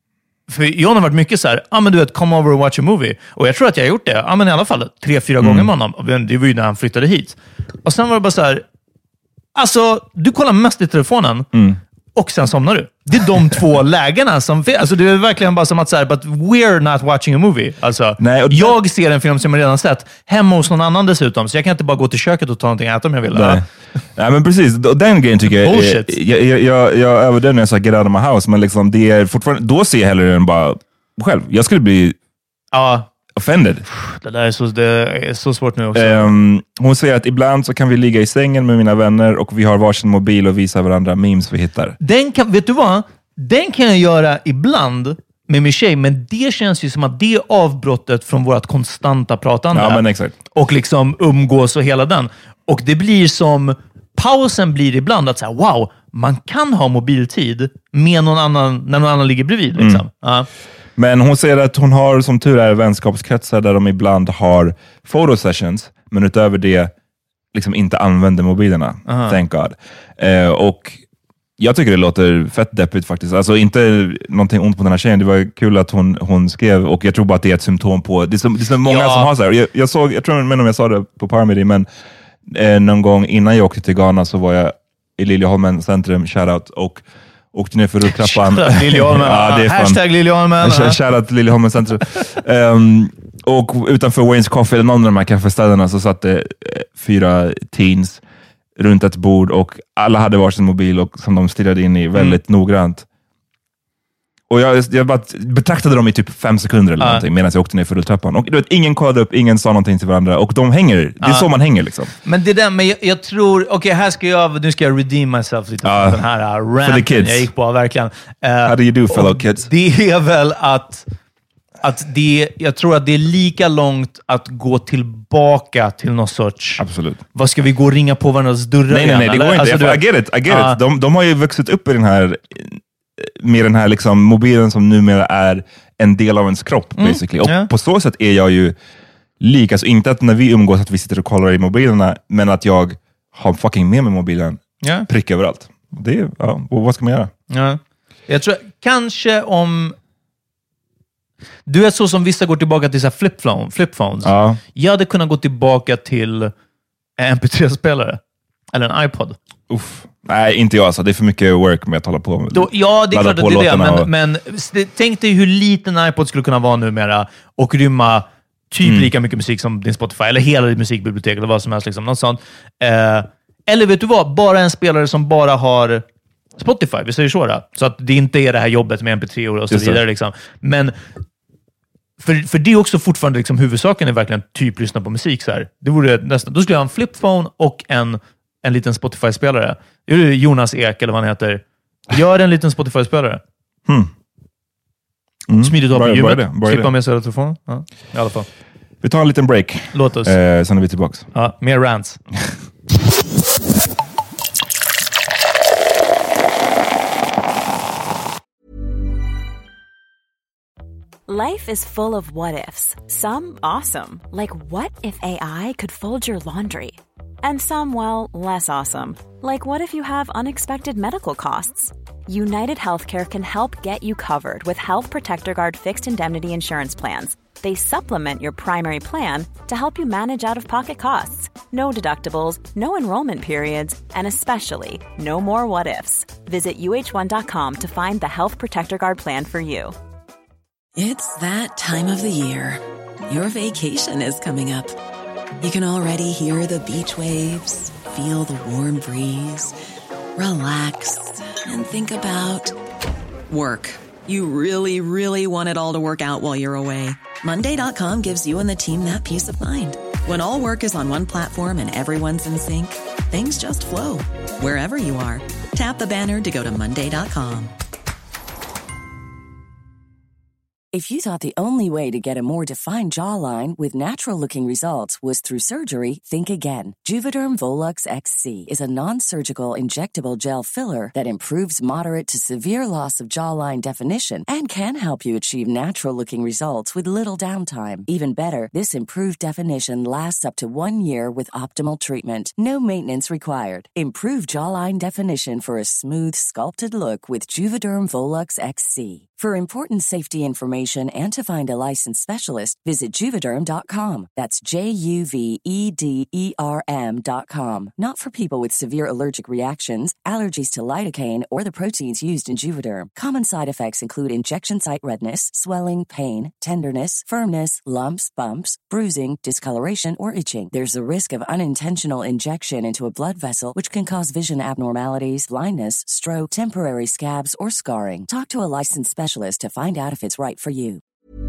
Speaker 8: För jag har varit mycket så här, ja ah, men du vet, come over and watch a movie. Och jag tror att jag har gjort det, ja ah, men i alla fall tre, fyra mm. gånger med honom. Det var ju när han flyttade hit. Och sen var det bara så här, alltså du kollar mest i telefonen mm. och sen somnar du. Det är de två lägena som finns. Alltså det är verkligen bara som att säga, but we're not watching a movie. Alltså, Nej, och jag ser en film som jag redan sett hemma hos någon annan dessutom, så jag kan inte bara gå till köket och ta någonting att äta om jag vill.
Speaker 6: Nej, Nej men precis. Den grejen tycker jag är, jag, jag, jag, jag överdrev när jag sa get out of my house, men liksom det är fortfarande, då ser jag hellre än bara själv. Jag skulle bli
Speaker 8: ja.
Speaker 6: offended.
Speaker 8: Det där är så, det är så svårt nu också.
Speaker 6: Um, hon säger att ibland så kan vi ligga i sängen med mina vänner och vi har varsin mobil och visar varandra memes vi hittar.
Speaker 8: Den kan, vet du vad? Den kan jag göra ibland med min tjej, men det känns ju som att det är avbrottet från vårt konstanta pratande.
Speaker 6: Ja, men exakt.
Speaker 8: Och liksom umgås och hela den. Och det blir som, pausen blir ibland att säga, wow, man kan ha mobiltid med någon annan, när någon annan ligger bredvid. Liksom. Mm. Ja.
Speaker 6: Men hon säger att hon har som tur är vänskapskretsar där de ibland har photosessions, men utöver det liksom inte använder mobilerna. Aha. Thank God. Eh, och jag tycker det låter fett deppigt faktiskt. Alltså inte någonting ont på den här tjejen. Det var kul att hon, hon skrev, och jag tror bara att det är ett symptom på, det är så, det är så många ja. som har så här. Jag, jag såg, jag tror inte om jag sa det på Parmedy, men eh, någon gång innan jag åkte till Ghana så var jag i Liljeholmen centrum, shoutout, och åkte ner för rulltrappan.
Speaker 8: Liljeholmen. Ja, hashtag Liljeholmen.
Speaker 6: Shoutout Liljeholmen centrum. um, och utanför Wayne's Coffee, eller någon av de här kaffestäderna, så satt det eh, fyra teens runt ett bord och alla hade varsin mobil och som de stirrade in i väldigt mm. noggrant. Och jag, jag bara betraktade dem i typ fem sekunder eller uh. någonting medan jag åkte ner för rulltrappan. Och du vet, ingen kollade upp, ingen sa någonting till varandra och de hänger. Det är uh. så man hänger liksom.
Speaker 8: Men det där, men jag, jag tror, okej okay, här ska jag, nu ska jag redeem myself lite uh. den här uh, ranten jag gick på, verkligen. Uh,
Speaker 6: How do you do, fellow kids?
Speaker 8: Det är väl att Att det, jag tror att det är lika långt att gå tillbaka till någon sorts...
Speaker 6: Absolut.
Speaker 8: Vad ska vi gå och ringa på varandras dörrar?
Speaker 6: Nej, nej, nej, det går inte. Alltså, I get it, I get uh, it. De, de har ju vuxit upp i den här, med den här liksom mobilen som numera är en del av ens kropp, mm, basically. Och yeah. på så sätt är jag ju lika, så inte att när vi umgås att vi sitter och kollar i mobilerna, men att jag har fucking med mig mobilen yeah. prick överallt. Det är, ja, och vad ska man göra?
Speaker 8: Ja. Jag tror kanske om... Du är så som vissa går tillbaka till så här flip phone, flip phones.
Speaker 6: Ja.
Speaker 8: Jag hade kunnat gå tillbaka till en M P tre-spelare. Eller en iPod.
Speaker 6: Uff. Nej, inte jag alltså. Det är för mycket work med att hålla på med.
Speaker 8: Då, ja, det är klart att det är det. Men, och... men tänk dig hur liten en iPod skulle kunna vara numera och rymma typ mm. lika mycket musik som din Spotify. Eller hela ditt musikbibliotek eller vad som helst. Liksom, något sånt. Eh, eller vet du vad? Bara en spelare som bara har Spotify, vi säger så då. Så att det inte är det här jobbet med M P tre och så vidare. Liksom. Men för, för det är också fortfarande liksom, huvudsaken är verkligen typ lyssna på musik. Så här. Det vore nästan, då skulle jag ha en flipphone och en, en liten Spotify-spelare. Det är Jonas Ek eller vad han heter. Gör en liten Spotify-spelare.
Speaker 6: Hmm. Mm.
Speaker 8: Smidigt av på ljudet. Klippa med sig av telefonen. Ja, i alla fall.
Speaker 6: Vi tar en liten break.
Speaker 8: Låt oss.
Speaker 6: Eh, sen är vi tillbaka.
Speaker 8: Ja, mer rants.
Speaker 9: Life is full of what-ifs. Some awesome, like what if A I could fold your laundry? And some, well, less awesome, like what if you have unexpected medical costs? United Healthcare can help get you covered with Health Protector Guard fixed indemnity insurance plans. They supplement your primary plan to help you manage out-of-pocket costs. No deductibles, no enrollment periods, and especially no more what-ifs. Visit U H one dot com to find the Health Protector Guard plan for you.
Speaker 10: It's that time of the year. Your vacation is coming up. You can already hear the beach waves, feel the warm breeze, relax, and think about work. You really, really want it all to work out while you're away. Monday dot com gives you and the team that peace of mind. When all work is on one platform and everyone's in sync, things just flow. Wherever you are, tap the banner to go to Monday dot com.
Speaker 11: If you thought the only way to get a more defined jawline with natural-looking results was through surgery, think again. Juvederm Volux X C is a non-surgical injectable gel filler that improves moderate to severe loss of jawline definition and can help you achieve natural-looking results with little downtime. Even better, this improved definition lasts up to one year with optimal treatment. No maintenance required. Improve jawline definition for a smooth, sculpted look with Juvederm Volux X C. For important safety information and to find a licensed specialist, visit Juvederm dot com. That's J U V E D E R M dot com. Not for people with severe allergic reactions, allergies to lidocaine, or the proteins used in Juvederm. Common side effects include injection site redness, swelling, pain, tenderness, firmness, lumps, bumps, bruising, discoloration, or itching. There's a risk of unintentional injection into a blood vessel, which can cause vision abnormalities, blindness, stroke, temporary scabs, or scarring. Talk to a licensed specialist to find out if it's right for you.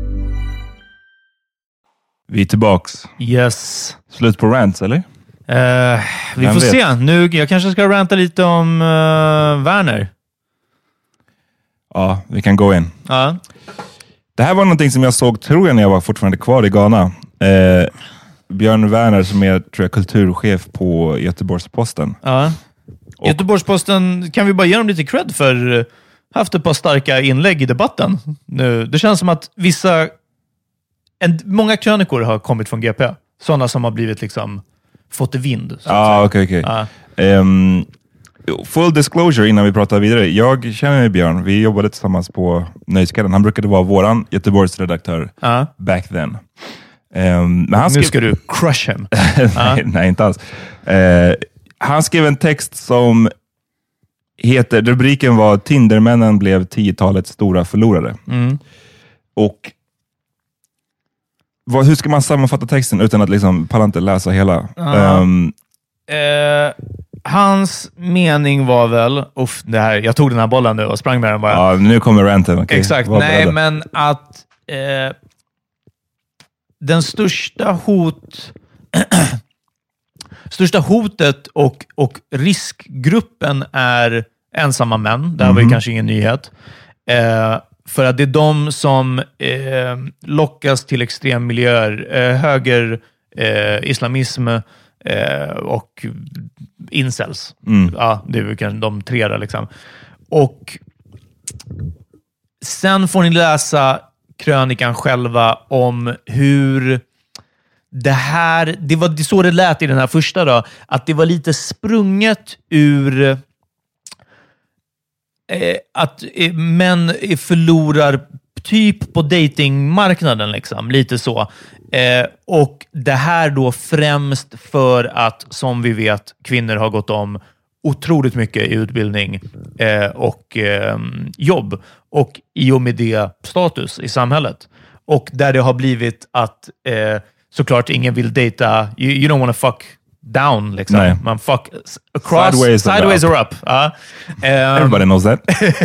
Speaker 6: Vi är tillbaks.
Speaker 8: Yes.
Speaker 6: Slut på rants, eller?
Speaker 8: Uh, vi
Speaker 6: Vem
Speaker 8: får
Speaker 6: vet?
Speaker 8: se. Nu, jag kanske ska ranta lite om uh, Werner.
Speaker 6: Ja, vi kan gå in.
Speaker 8: Ja.
Speaker 6: Det här var någonting som jag såg, tror jag, när jag var fortfarande kvar i Ghana. Eh, Björn Werner, som är, tror jag, kulturchef på Göteborgs-Posten.
Speaker 8: Ja.
Speaker 6: Och
Speaker 8: Göteborgs-Posten, kan vi bara ge dem lite cred för haft ett par starka inlägg i debatten nu. Det känns som att vissa, en, många krönikor har kommit från G P. Sådana som har blivit liksom fått i vind.
Speaker 6: Ja, okej, okej. Um, full disclosure innan vi pratar vidare. Jag känner Björn. Vi jobbade tillsammans på Nöjeskällan. Han brukade vara våran Göteborgs redaktör
Speaker 8: uh.
Speaker 6: back then. Um, men han
Speaker 8: nu ska du crush him.
Speaker 6: nej,
Speaker 8: uh.
Speaker 6: nej, inte alls. Uh, han skrev en text som heter, rubriken var Tindermännen blev tiotalets stora förlorare.
Speaker 8: Mm.
Speaker 6: Och vad, hur ska man sammanfatta texten utan att liksom palla inte läsa hela?
Speaker 8: Uh.
Speaker 6: Um,
Speaker 8: uh, hans mening var väl, uff, det här, jag tog den här bollen nu och sprang med den bara.
Speaker 6: Ja, nu kommer ranten. Okay.
Speaker 8: Exakt,
Speaker 6: var
Speaker 8: nej,
Speaker 6: beredda.
Speaker 8: men att eh, den största hot största hotet och, och riskgruppen är ensamma män. Det här var ju
Speaker 6: Mhm.
Speaker 8: kanske ingen nyhet. Eh, för att det är de som eh, lockas till extremmiljöer. Eh, höger, eh, islamism eh, och incels.
Speaker 6: Mm.
Speaker 8: Ja, det är väl kanske de tre där liksom. Och sen får ni läsa krönikan själva om hur det här, det var det så det lät i den här första då, att det var lite sprunget ur eh, att eh, män förlorar typ på datingmarknaden liksom, lite så. Eh, och det här då främst för att, som vi vet, kvinnor har gått om otroligt mycket i utbildning eh, och eh, jobb och i och med det status i samhället. Och där det har blivit att eh, såklart ingen vill data, you, you don't want to fuck down liksom.
Speaker 6: Nej.
Speaker 8: Man fuck across,
Speaker 6: Sideways,
Speaker 8: sideways
Speaker 6: or
Speaker 8: or up. Uh, um,
Speaker 6: Everybody knows that.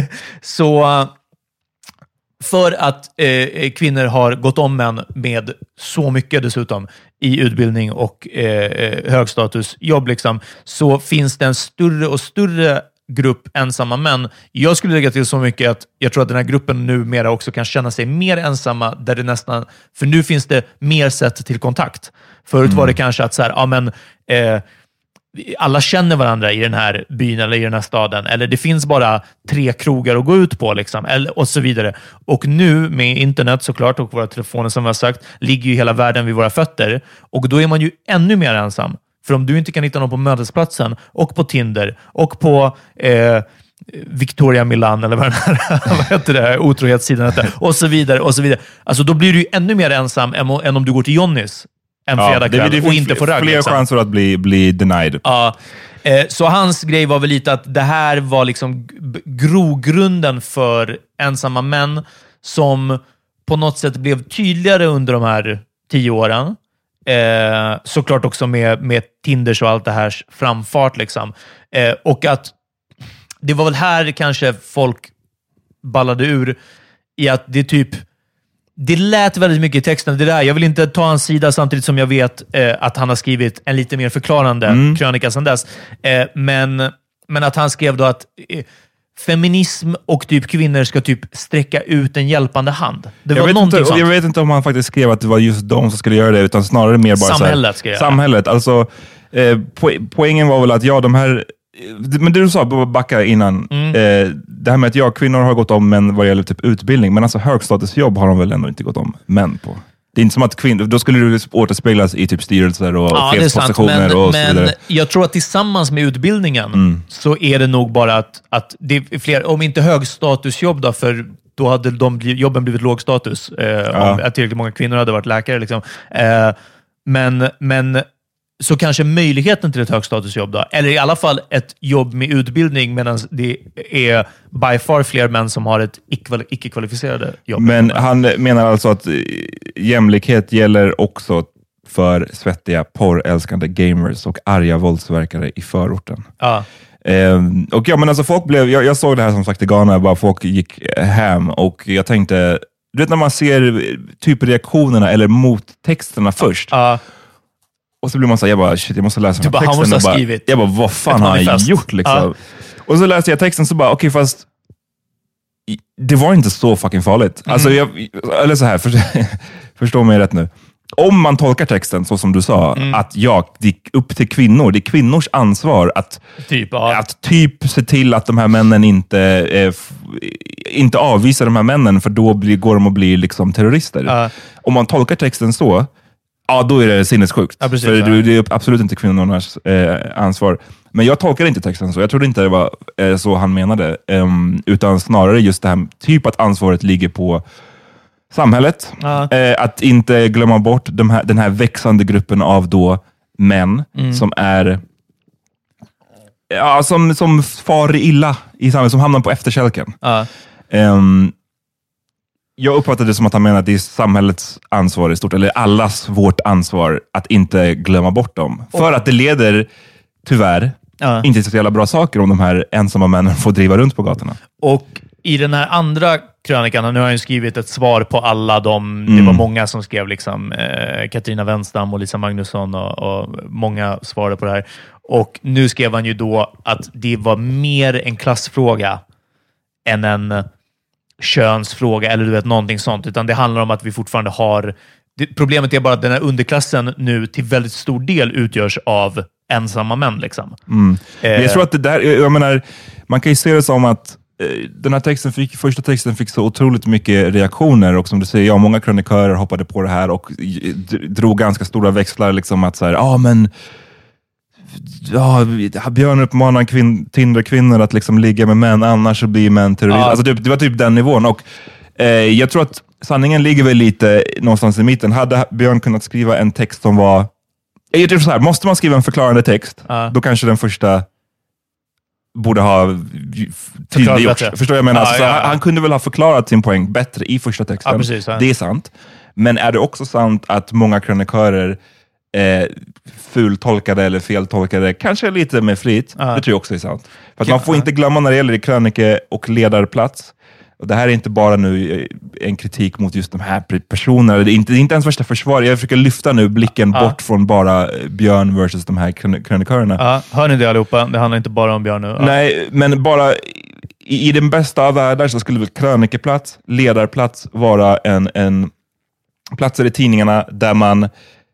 Speaker 8: så uh, för att eh, kvinnor har gått om män med så mycket dessutom i utbildning och eh, högstatusjobb liksom, så finns det en större och större grupp ensamma män. Jag skulle lägga till så mycket att jag tror att den här gruppen numera också kan känna sig mer ensamma, där det nästan, för nu finns det mer sätt till kontakt. Förut
Speaker 6: Mm.
Speaker 8: var det kanske att så här, ja men eh, alla känner varandra i den här byn eller i den här staden, eller det finns bara tre krogar att gå ut på liksom, eller, och så vidare. Och nu med internet såklart och våra telefoner, som vi har sagt, ligger ju hela världen vid våra fötter, och då är man ju ännu mer ensam. För om du inte kan hitta någon på mötesplatsen och på Tinder och på eh, Victoria Milan eller vad den här, vad heter det, otrohetssidan heter, och så vidare och så vidare. Alltså då blir du ju ännu mer ensam än, än om du går till Johnnys en
Speaker 6: Ja,
Speaker 8: fredag kväll
Speaker 6: det, det
Speaker 8: och inte får ragg.
Speaker 6: fler
Speaker 8: liksom.
Speaker 6: chanser att bli, bli denied.
Speaker 8: Ja, eh, så hans grej var väl lite att det här var liksom g- grogrunden för ensamma män som på något sätt blev tydligare under de här tio åren. Eh, såklart också med, med Tinders och allt det här framfart. Liksom. Eh, och att det var väl här kanske folk ballade ur i att det typ det lät väldigt mycket i texten. Det där, jag vill inte ta hans sida samtidigt som jag vet eh, att han har skrivit en lite mer förklarande
Speaker 6: Mm.
Speaker 8: krönika sedan dess. Eh, men, men att han skrev då att eh, feminism och typ kvinnor ska typ sträcka ut en hjälpande hand. Det
Speaker 6: Jag
Speaker 8: var
Speaker 6: vet,
Speaker 8: någonting
Speaker 6: inte,
Speaker 8: sånt.
Speaker 6: jag vet inte om han faktiskt skrev att det var just de som skulle göra det, utan snarare mer bara
Speaker 8: Samhället
Speaker 6: så
Speaker 8: ska
Speaker 6: här,
Speaker 8: göra.
Speaker 6: Samhället. Alltså, eh, po- poängen var väl att ja, de här... Men det du sa, bara backa innan.
Speaker 8: Mm.
Speaker 6: Eh, det här med att ja, kvinnor har gått om män vad gäller typ utbildning, men alltså högstatusjobb har de väl ändå inte gått om män på. Det är inte som att kvinnor, då skulle det återspeglas i typ styrelser och
Speaker 8: Ja, det är sant.
Speaker 6: chefspositioner
Speaker 8: Men,
Speaker 6: och så
Speaker 8: men
Speaker 6: vidare.
Speaker 8: jag tror att tillsammans med utbildningen
Speaker 6: Mm.
Speaker 8: så är det nog bara att, att det är fler, om inte högstatusjobb då för då hade de bliv, jobben blivit låg status. Eh,
Speaker 6: ja.
Speaker 8: Om tillräckligt många kvinnor hade varit läkare. Liksom. Eh, men, men så kanske möjligheten till ett högstatusjobb då, eller i alla fall ett jobb med utbildning, medan det är by far fler män som har ett icke-kvalificerade jobb.
Speaker 6: Men han menar alltså att jämlikhet gäller också för svettiga, porrälskande gamers och arga våldsverkare i förorten.
Speaker 8: Ja.
Speaker 6: Eh, och ja, men alltså folk blev, jag, jag såg det här som sagt i Ghana, bara folk gick hem och jag tänkte, du vet när man ser typ reaktionerna eller mottexterna först.
Speaker 8: Ja.
Speaker 6: Och så blir man så här, jag bara, shit, jag måste läsa den här
Speaker 8: bara,
Speaker 6: texten.
Speaker 8: Och bara,
Speaker 6: skrivit jag bara, vad fan har han gjort liksom? Ja. Och så läste jag texten så bara, okej, okay, fast det var inte så fucking farligt. Mm. Alltså, jag, eller så här, för, förstå mig rätt nu. Om man tolkar texten så som du sa, mm. att ja, det är upp till kvinnor, det är kvinnors ansvar att
Speaker 8: typ, ja.
Speaker 6: att typ se till att de här männen inte, eh, f- inte avvisar de här männen, för då blir, går de att bli liksom terrorister. Uh. Om man tolkar texten så, ja, då är det sinnessjukt. Ja, precis, för ja. det är absolut inte kvinnornas eh, ansvar. Men jag tolkar inte texten så. Jag trodde inte det var eh, så han menade. Um, utan snarare just det här, typ att ansvaret ligger på samhället. Ja. Eh, att inte glömma bort de här, den här växande gruppen av då män mm. som är ja, som, som far illa i samhället, som hamnar på efterkälken. Ja. Um, Jag uppfattade det som att han menar att det är samhällets ansvar i stort, eller allas vårt ansvar att inte glömma bort dem. Och, för att det leder, tyvärr, ja. inte till så jävla bra saker om de här ensamma männen får driva runt på gatorna.
Speaker 8: Och i den här andra krönikan, nu har jag skrivit ett svar på alla de, mm. det var många som skrev, liksom, eh, Katarina Wenstam och Lisa Magnusson och, och många svarade på det här. Och nu skrev han ju då att det var mer en klassfråga än en könsfråga eller du vet någonting sånt, utan det handlar om att vi fortfarande har det, problemet är bara att den här underklassen nu till väldigt stor del utgörs av ensamma män liksom.
Speaker 6: Mm. Eh. Jag tror att det där, jag menar, man kan ju se det som att eh, den här texten fick, första texten fick så otroligt mycket reaktioner, och som du säger, ja, många krönikörer hoppade på det här och drog ganska stora växlar liksom, att så här, ja ah, men ja, Björn uppmanar kvin- Tinder-kvinnor att liksom ligga med män, annars så blir män terrorister. Ja. Alltså det, det var typ den nivån. Och eh, jag tror att sanningen ligger väl lite någonstans i mitten. Hade Björn kunnat skriva en text som var... Jag tror så här, måste man skriva en förklarande text, ja. då kanske den första borde ha tydliggjorts. Förstår jag, jag menar? Ja, alltså, ja, ja. Han, han kunde väl ha förklarat sin poäng bättre i första texten.
Speaker 8: Ja, precis, ja.
Speaker 6: Det är sant. Men är det också sant att många krönikörer Eh, fultolkade eller feltolkade, kanske lite med flit. Uh. Det tror jag också är sant. För att man får inte glömma när det gäller krönike och ledarplats. Och det här är inte bara nu en kritik mot just de här personerna. Det är inte, det är inte ens värsta försvar. Jag försöker lyfta nu blicken uh. bort från bara Björn versus de här krönikörerna.
Speaker 8: Uh. Hör ni det allihopa? Det handlar inte bara om Björn nu. Uh.
Speaker 6: Nej, men bara i, i den bästa av världar så skulle väl krönikeplats, ledarplats vara en, en platser i tidningarna där man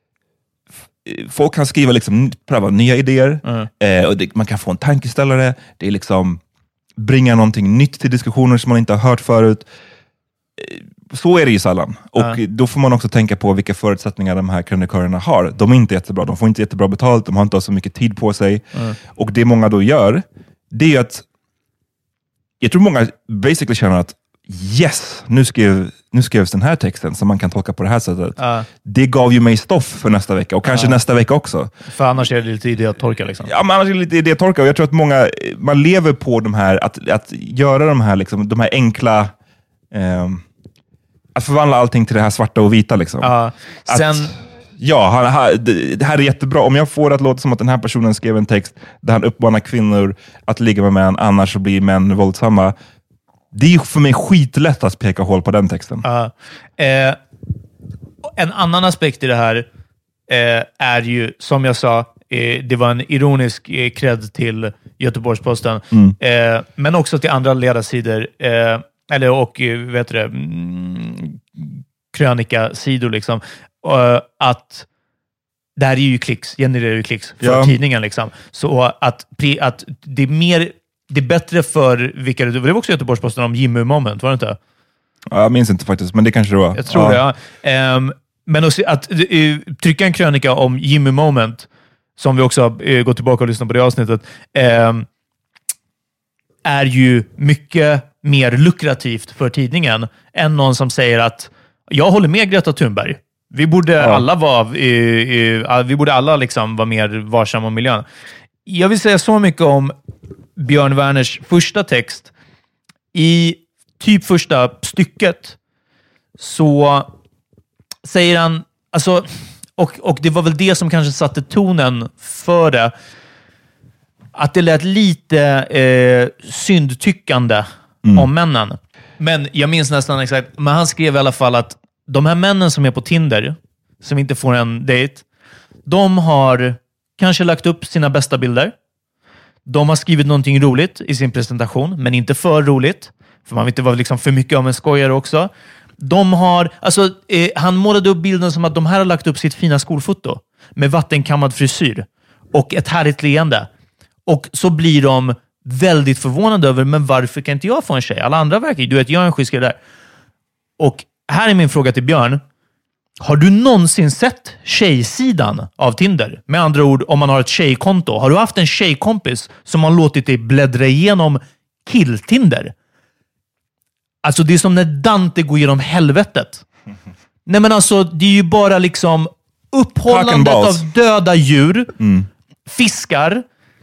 Speaker 6: folk kan skriva liksom, pröva nya idéer. Mm. Eh, och det, man kan få en tankeställare. Det är liksom bringa någonting nytt till diskussioner som man inte har hört förut. Eh, så är det ju sällan. Och mm. då får man också tänka på vilka förutsättningar de här krönikörerna har. De är inte jättebra. De får inte jättebra betalt. De har inte så mycket tid på sig. Mm. Och det många då gör, det är att jag tror många basically känner att yes, nu, skrev, nu skrevs den här texten som man kan tolka på det här sättet. Uh. Det gav ju mig stoff för nästa vecka och kanske uh. nästa vecka också.
Speaker 8: För annars är det lite idétorka liksom.
Speaker 6: Ja, men annars är det lite idétorka och jag tror att många, man lever på de här, att, att göra de här, liksom, de här enkla, eh, att förvandla allting till det här svarta och vita liksom.
Speaker 8: Uh. Sen...
Speaker 6: Att, ja, han, han, det här är jättebra. Om jag får det att låta som att den här personen skrev en text där han uppmanar kvinnor att ligga med män, annars så blir män våldsamma. Det är för mig skitlätt att peka hål på den texten.
Speaker 8: Uh, eh, en annan aspekt i det här eh, är ju, som jag sa, eh, det var en ironisk eh, cred till Göteborgs-Posten, mm. eh, men också till andra ledarsidor, eh, eller och vet du det, mm, krönikasidor liksom, uh, att det här är ju klicks, genererar ju klicks för ja. tidningen liksom. Så att, att det är mer det är bättre för vilka det var också Göteborgs-Posten om Jimmy Moment, var det inte?
Speaker 6: Ja, jag minns inte faktiskt, men det kanske det var.
Speaker 8: Jag tror ja. det, ja. Um, men att, att uh, trycka en krönika om Jimmy Moment, som vi också har uh, gått tillbaka och lyssnat på det avsnittet, um, är ju mycket mer lukrativt för tidningen än någon som säger att jag håller med Greta Thunberg. Vi borde ja. alla vara i, i, vi borde alla liksom vara mer varsamma om miljön. Jag vill säga så mycket om Björn Werners första text. I typ första stycket så säger han, alltså, och, och det var väl det som kanske satte tonen för det, att det lät lite eh, syndtyckande mm. om männen. Men jag minns nästan exakt, men han skrev i alla fall att de här männen som är på Tinder, som inte får en dejt, de har kanske lagt upp sina bästa bilder. De har skrivit någonting roligt i sin presentation, men inte för roligt. För man vill inte vara liksom för mycket av en skojare också. De har, alltså, eh, han målade upp bilden som att de här har lagt upp sitt fina skolfoto med vattenkammad frisyr och ett härligt leende. Och så blir de väldigt förvånade över, men varför kan inte jag få en tjej? Alla andra verkar, du vet, jag är en skitskare där. Och här är min fråga till Björn. Har du någonsin sett tjejsidan av Tinder? Med andra ord, om man har ett tjejkonto. Har du haft en tjejkompis som har låtit dig bläddra igenom kill-Tinder? Alltså det är som när Dante går genom helvetet. Nej men alltså, det är ju bara liksom upphållandet av döda djur, mm. fiskar,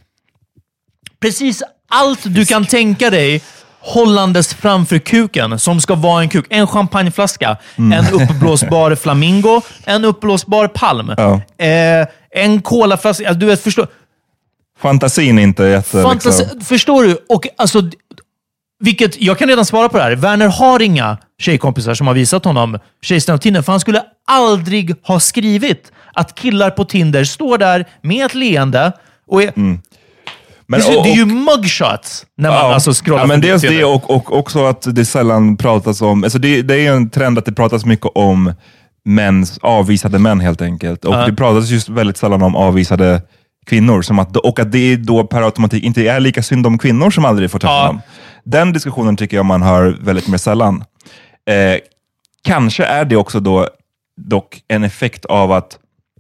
Speaker 8: precis allt Fisk. Du kan tänka dig hållandes framför kuken som ska vara en kuk. En champagneflaska, mm. en uppblåsbar flamingo, en uppblåsbar palm, ja. eh, en colaflaska. Alltså, du vet, förstår...
Speaker 6: Fantasin är inte jätte...
Speaker 8: Fantasi...
Speaker 6: Liksom.
Speaker 8: Förstår du? Och alltså... Vilket, jag kan redan svara på det här. Werner har inga tjejkompisar som har visat honom tjejsidan av Tinder. För han skulle aldrig ha skrivit att killar på Tinder står där med ett leende och är... Mm. Men, det, är, och, det är ju mugshots när man ja, alltså scrollar.
Speaker 6: Ja, men dels det och, och också att det sällan pratas om... Alltså det, det är ju en trend att det pratas mycket om mäns, avvisade män helt enkelt. Och uh. det pratas just väldigt sällan om avvisade kvinnor. Som att, och att det då per automatik inte är lika synd om kvinnor som aldrig får träffa uh. dem. Den diskussionen tycker jag man hör väldigt mer sällan. Eh, kanske är det också då dock en effekt av att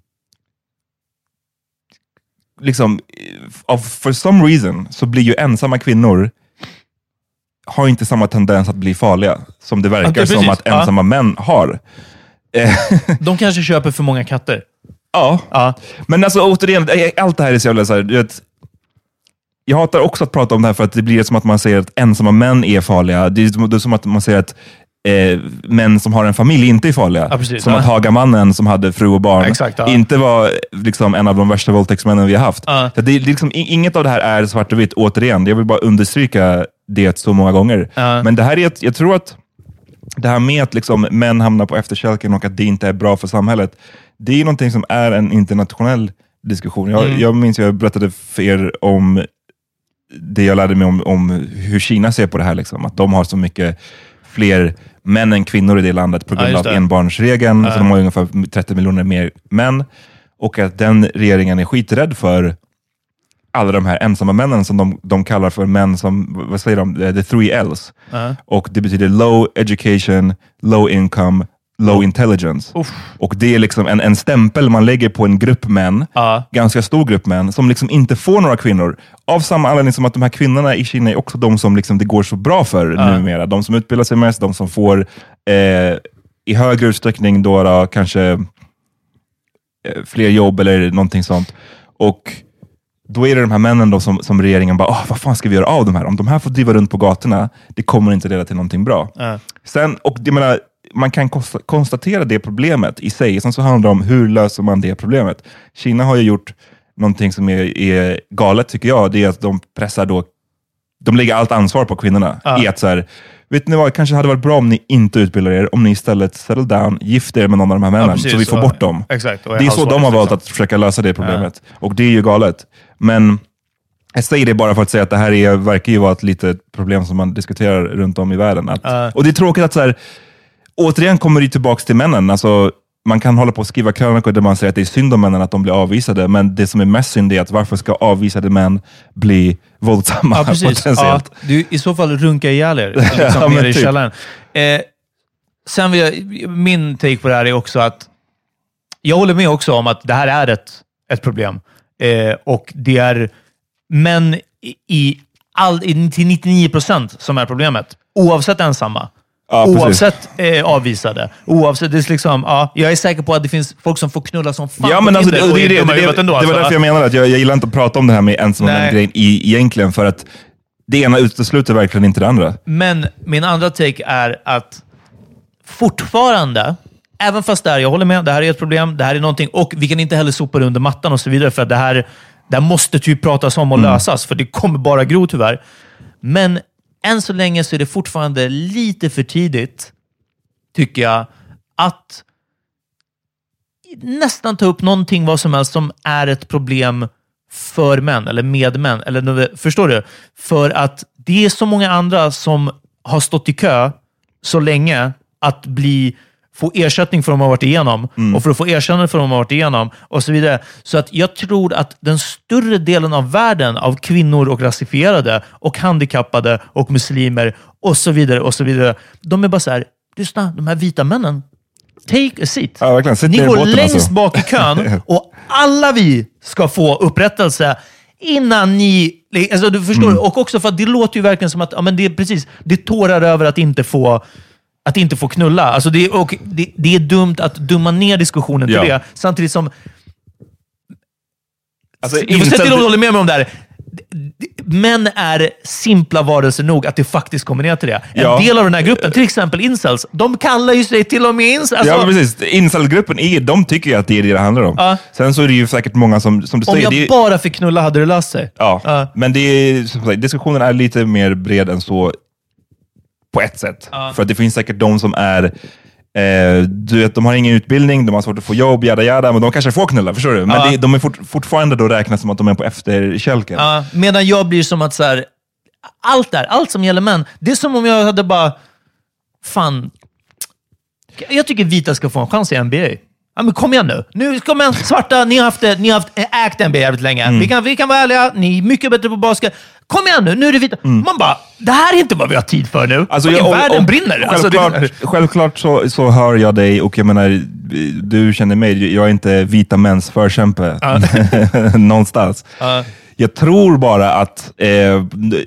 Speaker 6: liksom, of, for some reason så blir ju ensamma kvinnor har inte samma tendens att bli farliga som det verkar det som att ensamma ja. män har.
Speaker 8: De kanske köper för många katter.
Speaker 6: Ja, ja. Men alltså återigen, allt det här är så jävla så här, du vet, jag hatar också att prata om det här för att det blir som att man säger att ensamma män är farliga. Det är, det är som att man säger att eh, män som har en familj inte är farliga. Ja, precis, som ja. att Hagamannen som hade fru och barn ja, exakt, ja. inte var liksom en av de värsta våldtäktsmännen vi har haft. Ja. Det, det är liksom, inget av det här är svart och vitt återigen. Jag vill bara understryka det så många gånger. Ja. Men det här är ett, jag tror att det här med att liksom män hamnar på efterkälken och att det inte är bra för samhället, det är någonting som är en internationell diskussion. Jag, mm. jag minns jag berättade för er om det jag lärde mig om, om hur Kina ser på det här. Liksom. Att de har så mycket fler män än kvinnor i det landet på grund ja, av enbarnsregeln. Ja. Så de har ungefär trettio miljoner mer män. Och att den regeringen är skiträdd för alla de här ensamma männen som de, de kallar för män som, vad säger de? The three L's. Uh-huh. Och det betyder low education, low income, low intelligence. Uff. Och det är liksom en, en stämpel man lägger på en grupp män, uh. ganska stor grupp män, som liksom inte får några kvinnor. Av samma anledning som att de här kvinnorna i Kina är också de som liksom det går så bra för uh. numera. De som utbildar sig mest, de som får eh, i högre utsträckning då, då kanske eh, fler jobb eller någonting sånt. Och då är det de här männen då som, som regeringen bara, vad fan ska vi göra av de här? Om de här får driva runt på gatorna, det kommer inte leda till någonting bra. Uh. Sen, och jag menar, man kan konstatera det problemet i sig. Sen så handlar det om hur löser man det problemet. Kina har ju gjort någonting som är, är galet tycker jag. Det är att de pressar då, de lägger allt ansvar på kvinnorna. Uh. I att så här, vet ni vad, kanske hade varit bra om ni inte utbildar er, om ni istället settle down, gift er med någon av de här männen, ja, så vi får bort dem.
Speaker 8: Exakt.
Speaker 6: Det är så de har valt att försöka lösa det problemet. Ja. Och det är ju galet. Men jag säger det bara för att säga att det här är, verkar ju vara ett litet problem som man diskuterar runt om i världen. Att, uh. Och det är tråkigt att så här, återigen kommer det tillbaka till männen. Alltså, man kan hålla på och skriva krönikor där man säger att det är synd om männen att de blir avvisade. Men det som är mest synd är att varför ska avvisade män bli våldsamma?
Speaker 8: Ja, precis. Ja, du i så fall runka ihjäl er. Liksom ja, ner i typ. källaren. Eh, sen vill jag, min take på det här är också att jag håller med också om att det här är ett, ett problem. Eh, och det är män i, i all, till nittionio procent som är problemet. Oavsett ensamma.
Speaker 6: Ja,
Speaker 8: oavsett eh, avvisade. Oavsett, det är liksom, ja, jag är säker på att det finns folk som får knulla som fan.
Speaker 6: Ja, men alltså, det,
Speaker 8: det,
Speaker 6: det, det, det,
Speaker 8: de
Speaker 6: det, det,
Speaker 8: ändå,
Speaker 6: det
Speaker 8: alltså.
Speaker 6: var därför jag menade att jag, jag gillar inte att prata om det här med ensam och den grejen i, egentligen, för att det ena utesluter verkligen inte det andra.
Speaker 8: Men min andra take är att fortfarande, även fast det här, jag håller med, det här är ett problem, det här är någonting, och vi kan inte heller sopa det under mattan och så vidare, för att det här, det här måste typ pratas om och mm. lösas, för det kommer bara gro tyvärr. Men än så länge så är det fortfarande lite för tidigt, tycker jag, att nästan ta upp någonting vad som helst som är ett problem för män, eller med män. Eller, förstår du? För att det är så många andra som har stått i kö så länge att bli, få ersättning för vad de har varit igenom mm. och för att få erkännande för vad de har varit igenom och så vidare. Så att jag tror att den större delen av världen av kvinnor och rasifierade och handikappade och muslimer och så vidare och så vidare, de är bara så här, lyssna, de här vita männen, take a seat.
Speaker 6: Ja, verkligen.
Speaker 8: Ni går
Speaker 6: båten,
Speaker 8: längst
Speaker 6: alltså.
Speaker 8: bak i kön och alla vi ska få upprättelse innan ni... Alltså, du förstår, mm. och också för att det låter ju verkligen som att ja, men det är precis, det tårar över att inte få att inte få knulla. Alltså det, och det, det är dumt att dumma ner diskussionen till ja. det, samtidigt som
Speaker 6: alltså,
Speaker 8: du får säga till om du håller med mig om det här. Män är simpla varelser nog att det faktiskt kommer ner till det. En ja. del av den här gruppen, till exempel incels, de kallar ju sig till och med incels. Alltså,
Speaker 6: ja, precis. Incelgruppen, är, de tycker ju att det är det det handlar om. Ja. Sen så är det ju säkert många som, som du
Speaker 8: om
Speaker 6: säger...
Speaker 8: Om jag
Speaker 6: det är,
Speaker 8: bara fick knulla hade det löst sig.
Speaker 6: Ja, ja. Men det är, som sagt, diskussionen är lite mer bred än så på ett sätt. Ja. För att det finns säkert de som är... Eh, du vet, de har ingen utbildning, de har svårt att få jobb, jada jada, men de kanske får knulla, förstår du? Men ja. det, de är fort, fortfarande då räknas som att de är på efterkälken.
Speaker 8: Ja, medan jag blir som att så här, allt där, allt som gäller män, det är som om jag hade bara, fan, jag tycker vita ska få en chans i N B A. Ja, men kom igen nu. Nu ska man svarta, ni har haft, ni har haft ägt N B A jävligt länge. Mm. Vi, kan, vi kan vara ärliga, ni är mycket bättre på basket. Kom igen nu, nu är det vita. Mm. Man bara, det här är inte vad vi har tid för nu. Alltså, jag, och, världen och, brinner.
Speaker 6: Självklart, alltså, det... självklart så, så hör jag dig, och jag menar, du känner mig, jag är inte vita mäns förkämpe. Uh. Någonstans. Uh. Jag tror bara att eh,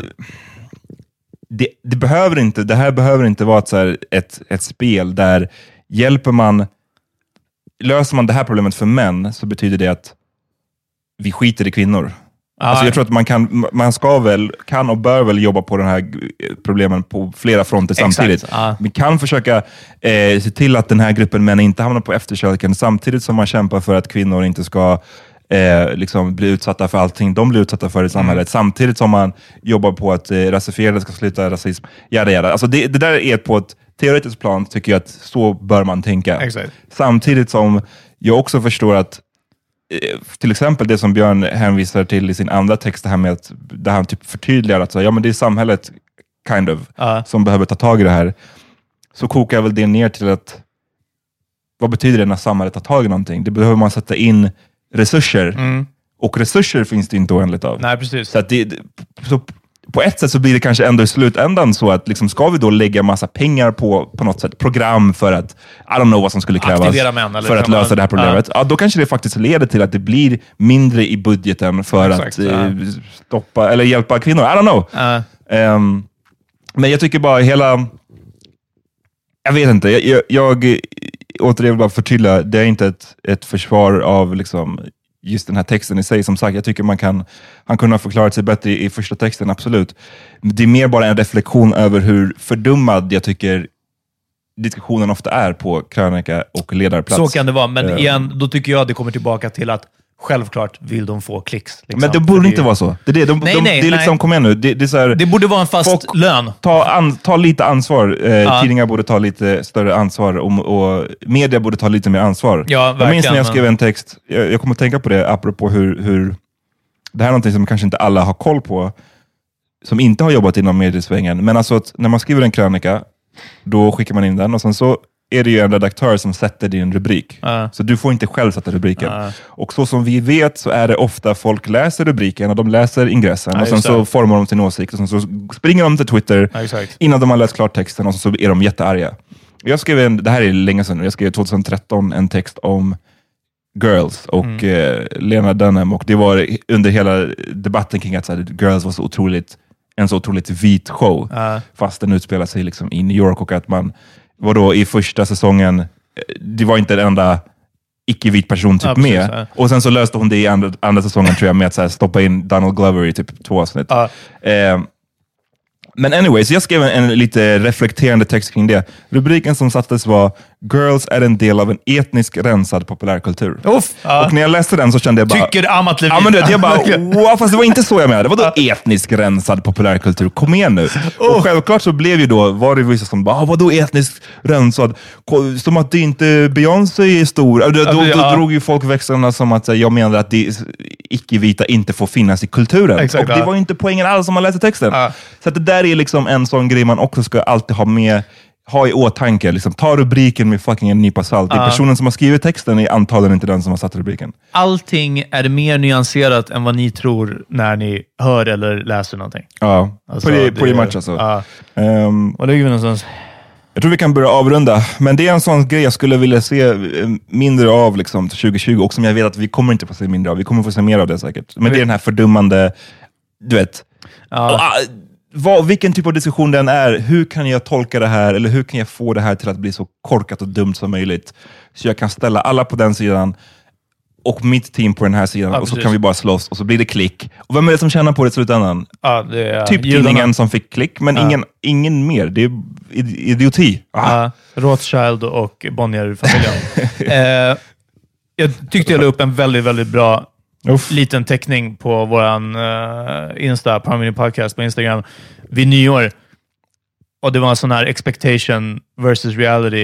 Speaker 6: det, det behöver inte, det här behöver inte vara ett, så här, ett, ett spel där hjälper man löser man det här problemet för män, så betyder det att vi skiter i kvinnor. Ah, alltså jag tror att man kan, man ska väl, kan och bör väl jobba på de här problemen på flera fronter samtidigt. Ah. Vi kan försöka eh, se till att den här gruppen män inte hamnar på efterkälken, samtidigt som man kämpar för att kvinnor inte ska eh, liksom bli utsatta för allting de blir utsatta för i samhället. Mm. Samtidigt som man jobbar på att eh, rasifierade ska sluta rasism. Jada, jada. Alltså det, det där är på ett teoretiskt plan, tycker jag att så bör man tänka.
Speaker 8: Exakt.
Speaker 6: Samtidigt som jag också förstår att till exempel det som Björn hänvisar till i sin andra text, det här med att det han typ förtydligar att så, ja, men det är samhället kind of uh. som behöver ta tag i det här, så kokar jag väl det ner till att vad betyder det när samhället tar tag i någonting? Det behöver man sätta in resurser mm. och resurser finns det inte oändligt av.
Speaker 8: Nej, precis.
Speaker 6: Så, att det, så på ett sätt så blir det kanske ändå i slutändan så att liksom, ska vi då lägga massa pengar på på något sätt program för att, I don't know vad som skulle krävas
Speaker 8: män,
Speaker 6: för att lösa man, det här problemet. Ja. Ja, då kanske det faktiskt leder till att det blir mindre i budgeten för Exakt, att ja. eh, stoppa eller hjälpa kvinnor. I don't know. Ja. Um, men jag tycker bara hela... Jag vet inte. Jag, jag, jag återigen bara förtydliga, det är inte ett, ett försvar av liksom just den här texten i sig. Som sagt, jag tycker man kan han kunde ha förklarat sig bättre i, i första texten, absolut. Det är mer bara en reflektion över hur fördummad jag tycker diskussionen ofta är på krönika och ledarplats.
Speaker 8: Så kan det vara, men uh, igen, då tycker jag att det kommer tillbaka till att självklart vill de få klicks. Liksom.
Speaker 6: Men det borde inte vara så. Det är, det. De, nej, de, nej, det är liksom, nej. Kom igen nu. Det, det, är så här,
Speaker 8: det borde vara en fast lön.
Speaker 6: Ta, an, ta lite ansvar. Eh, ja. Tidningar borde ta lite större ansvar och, och media borde ta lite mer ansvar.
Speaker 8: Ja,
Speaker 6: jag minns när jag skrev en text, jag, jag kommer att tänka på det apropå hur, hur det här är någonting som kanske inte alla har koll på, som inte har jobbat inom mediesvängen. Men alltså att när man skriver en krönika, då skickar man in den och sen så är det ju en redaktör som sätter din rubrik. Uh. Så du får inte själv sätta rubriken. Uh. Och så som vi vet så är det ofta folk läser rubriken och de läser ingressen. Uh, och sen så formar de sin åsikt och sen så springer de till Twitter uh, innan de har läst klart texten och så är de jättearga. Jag skrev en, det här är länge sedan, jag skrev tjugohundratretton en text om Girls och mm. eh, Lena Dunham, och det var under hela debatten kring att så här, Girls var så otroligt en så otroligt vit show.
Speaker 8: Uh.
Speaker 6: Fast den utspelar sig liksom i New York och att man var då i första säsongen, det var inte en enda icke-vit person typ ja, precis, med. Ja. Och sen så löste hon det i andra, andra säsongen tror jag med att så här, stoppa in Donald Glover i typ två avsnitt. Ja. Eh, men anyways, jag skrev en, en lite reflekterande text kring det. Rubriken som sattes var Girls är en del av en etnisk rensad populärkultur.
Speaker 8: Uff, ja.
Speaker 6: Och när jag läste den så kände jag bara...
Speaker 8: Tycker Amat Levin.
Speaker 6: Ja, men det, jag bara, wow, fast det var inte så jag menade. Det var då ja. etnisk rensad populärkultur. Kom igen nu. Oh. Och självklart så blev ju då, var det vissa som bara, vadå etnisk rensad? Som att det inte Beyoncé är stor. Då, då, då,
Speaker 8: ja.
Speaker 6: då drog ju folk växlarna som att jag menade att det icke-vita inte får finnas i kulturen.
Speaker 8: Exakt,
Speaker 6: och det var inte poängen alls om man läser texten.
Speaker 8: Ja.
Speaker 6: Så att det där är liksom en sån grej man också ska alltid ha med, ha i åtanke. Liksom, ta rubriken med fucking en nypa salt. Uh. Personen som har skrivit texten är antagligen inte den som har satt rubriken.
Speaker 8: Allting är mer nyanserat än vad ni tror när ni hör eller läser någonting.
Speaker 6: Ja, alltså, pretty, pretty much alltså.
Speaker 8: Uh. Um, Vad ligger vi någonstans?
Speaker 6: Jag tror vi kan börja avrunda. Men det är en sån grej jag skulle vilja se mindre av liksom, till tjugo tjugo. Och som jag vet att vi kommer inte få se mindre av. Vi kommer få se mer av det säkert. Men det är den här fördummande, du vet...
Speaker 8: Uh.
Speaker 6: Och, uh, Vad, vilken typ av diskussion den är, hur kan jag tolka det här eller hur kan jag få det här till att bli så korkat och dumt som möjligt så jag kan ställa alla på den sidan och mitt team på den här sidan ja, och så precis. Kan vi bara slåss och så blir det klick. Och vem är det som tjänar på det i slutändan?
Speaker 8: Ja, det är
Speaker 6: typ tidningen som fick klick, men ja. ingen, ingen mer. Det är idioti. Ah.
Speaker 8: Ja, Rothschild och Bonnier-familjen. eh, jag tyckte jag la upp en väldigt, väldigt bra Uff. liten teckning på våran uh, Insta, Prime Podcast på Instagram vid nyår. Och det var en sån här expectation versus reality.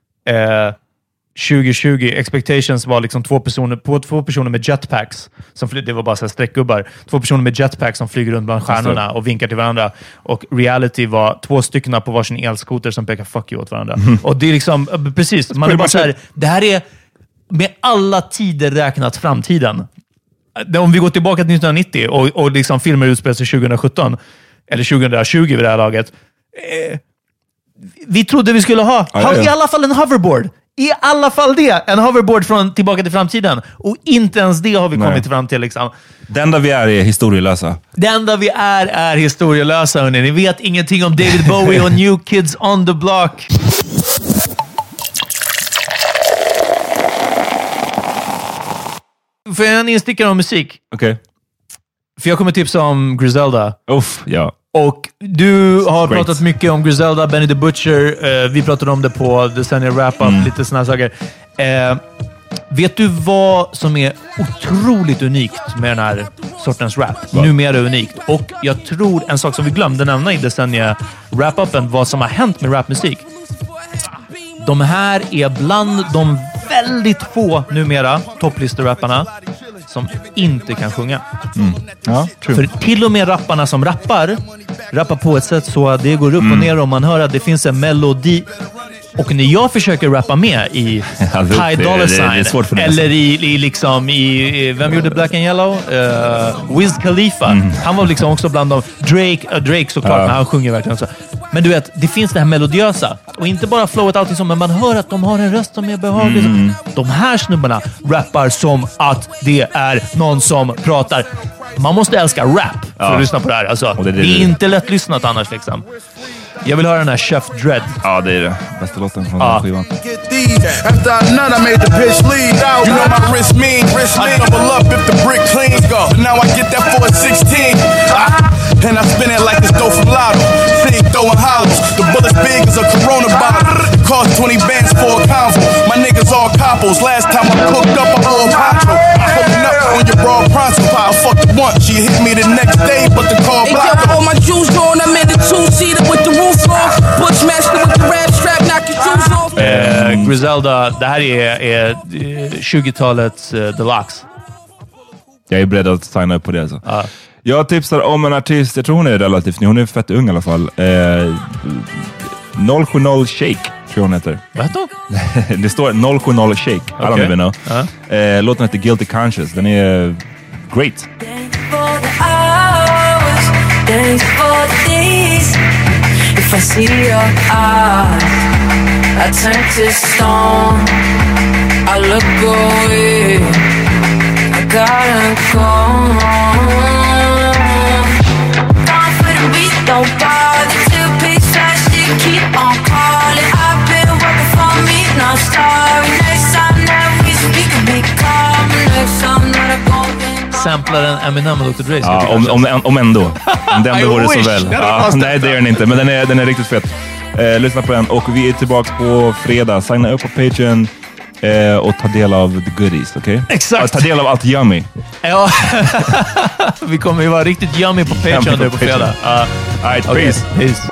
Speaker 8: Uh, tjugo tjugo, expectations var liksom två personer, på två personer med jetpacks. Som, det var bara så här streckgubbar. Två personer med jetpacks som flyger runt bland stjärnorna och vinkar till varandra. Och reality var två stycken på varsin elskoter som pekar fuck you åt varandra. Mm. Och det är liksom, precis, man är bara så här, det här är med alla tider räknat framtiden. Om vi går tillbaka till nittonhundranittio och, och liksom filmer utspelar sig tjugosjutton eller tjugohundratjugo vid det här laget. Eh, vi trodde vi skulle ha,
Speaker 6: ja,
Speaker 8: ha
Speaker 6: ja, ja.
Speaker 8: i alla fall en hoverboard. I alla fall det. En hoverboard från Tillbaka till framtiden. Och inte ens det har vi Nej. kommit fram till. Liksom.
Speaker 6: Det enda vi är är historielösa.
Speaker 8: Det enda vi är är historielösa. Hörni. Ni vet ingenting om David Bowie och New Kids on the Block. Får jag en instickare om musik?
Speaker 6: Okej. Okay.
Speaker 8: För jag kommer tipsa om Griselda.
Speaker 6: Uff, ja.
Speaker 8: Och du har Great. pratat mycket om Griselda, Benny the Butcher. Uh, vi pratade om det på Decennial Wrap-Up, mm. lite såna saker. Uh, vet du vad som är otroligt unikt med den här sortens rap? Va? Numera unikt. Och jag tror en sak som vi glömde nämna i Decennial Wrap-Upen, vad som har hänt med rapmusik. De här är bland de väldigt få numera topplisterapparna som inte kan sjunga.
Speaker 6: Mm. Ja, true.
Speaker 8: För till och med rapparna som rappar rappar på ett sätt så att det går upp mm. och ner och man hör att det finns en melodi. Och när jag försöker rappa med i
Speaker 6: ja, det,
Speaker 8: Ty Dolla Sign eller i, i liksom i, vem gjorde Black and Yellow? Uh, Wiz Khalifa. Mm. Han var liksom också bland dem. Drake, uh, Drake såklart, ja. men han sjunger verkligen så. Men du vet, det finns det här melodiösa. Och inte bara flowet allting som, men man hör att de har en röst som är behaglig. Mm. De här snubbarna rappar som att det är någon som pratar. Man måste älska rap för ja. att lyssna på det här. Alltså, det, det, det är det. inte lätt lyssnat annars liksom. Jag vill höra den här Chef Dread.
Speaker 6: Ja, det är det. Bästa låten från ja. skivan.
Speaker 12: After I none, I made the bitch leave. You know my wrist mean. I double up if the brick clean. But now I get that for a sixteen. And I spin it like it's dough from Lotto. See, throwing hollows. The bullet's big as a Corona bottle. Cost twenty bands for a convo. My niggas all coppos. Last time I cooked up, I wore a poncho. Pulling up on your broad pronto. I fucked it once. She hit me the next day, but the call blocked. Hey, yo, all my juice on. I made the two-seater with the roof off. Butch master with the rap strap. Knock your juice off.
Speaker 8: Eh, Griselda, det här är, är tjugotalets uh, deluxe.
Speaker 6: Jag är beredd att signa upp på det alltså.
Speaker 8: Uh.
Speaker 6: Jag tipsar om en artist, jag tror hon är relativt ny, hon är fett ung i alla fall. Eh, noll sju noll Shake, tror jag hon heter.
Speaker 8: Vad heter
Speaker 6: hon? Det står noll sju noll Shake, okay. I don't even know. Uh. Eh, låten heter Guilty Conscious, den är great.
Speaker 13: Thanks for the hours, thanks for the days. If I see your eyes, I turn to stone. I look away, I gotta go. Gone for the weekend.
Speaker 8: samplar en Eminem och doktor Dre.
Speaker 6: Ja, om, om, om ändå. Om det ändå vore så väl. Ja, nej, det är den inte. Men den är, den är riktigt fet. Eh, lyssna på den. Och vi är tillbaka på fredag. Signa upp på Patreon eh, och ta del av the goodies, okej? Okay?
Speaker 8: Exakt.
Speaker 6: Ja, ta del av allt yummy.
Speaker 8: Ja. Vi kommer ju vara riktigt yummy på Patreon nu på fredag. Uh,
Speaker 6: All right, okay. Peace.
Speaker 8: Peace.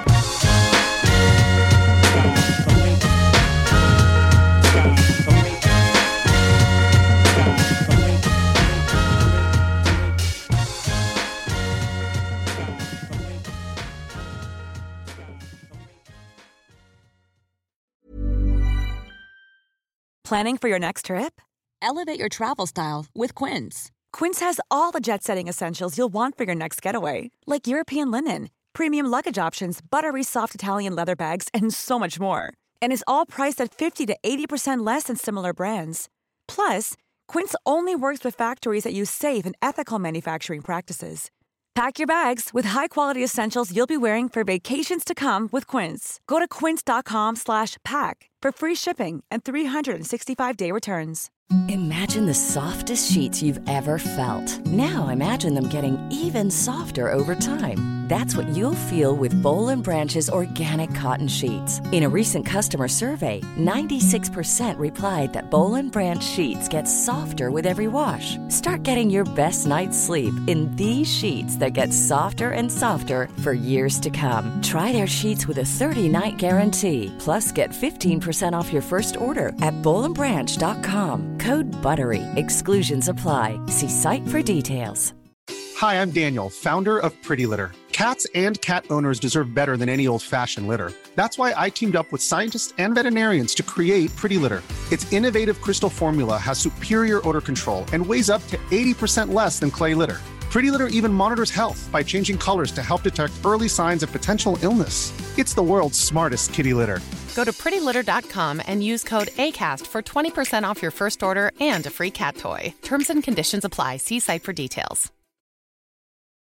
Speaker 9: Planning for your next trip?
Speaker 14: Elevate your travel style with Quince.
Speaker 9: Quince has all the jet-setting essentials you'll want for your next getaway, like European linen, premium luggage options, buttery soft Italian leather bags, and so much more. And is all priced at fifty to eighty percent less than similar brands. Plus, Quince only works with factories that use safe and ethical manufacturing practices. Pack your bags with high-quality essentials you'll be wearing for vacations to come with Quince. Go to quince.com slash pack for free shipping and three sixty-five day returns.
Speaker 11: Imagine the softest sheets you've ever felt. Now imagine them getting even softer over time. That's what you'll feel with Boll and Branch's organic cotton sheets. In a recent customer survey, ninety-six percent replied that Boll and Branch sheets get softer with every wash. Start getting your best night's sleep in these sheets that get softer and softer for years to come. Try their sheets with a thirty-night guarantee. Plus, get fifteen percent off your first order at boll and branch dot com. Code BUTTERY. Exclusions apply. See site for details.
Speaker 15: Hi, I'm Daniel, founder of Pretty Litter. Cats and cat owners deserve better than any old-fashioned litter. That's why I teamed up with scientists and veterinarians to create Pretty Litter. Its innovative crystal formula has superior odor control and weighs up to eighty percent less than clay litter. Pretty Litter even monitors health by changing colors to help detect early signs of potential illness. It's the world's smartest kitty litter.
Speaker 16: Go to pretty litter dot com and use code ACAST for twenty percent off your first order and a free cat toy. Terms and conditions apply. See site for details.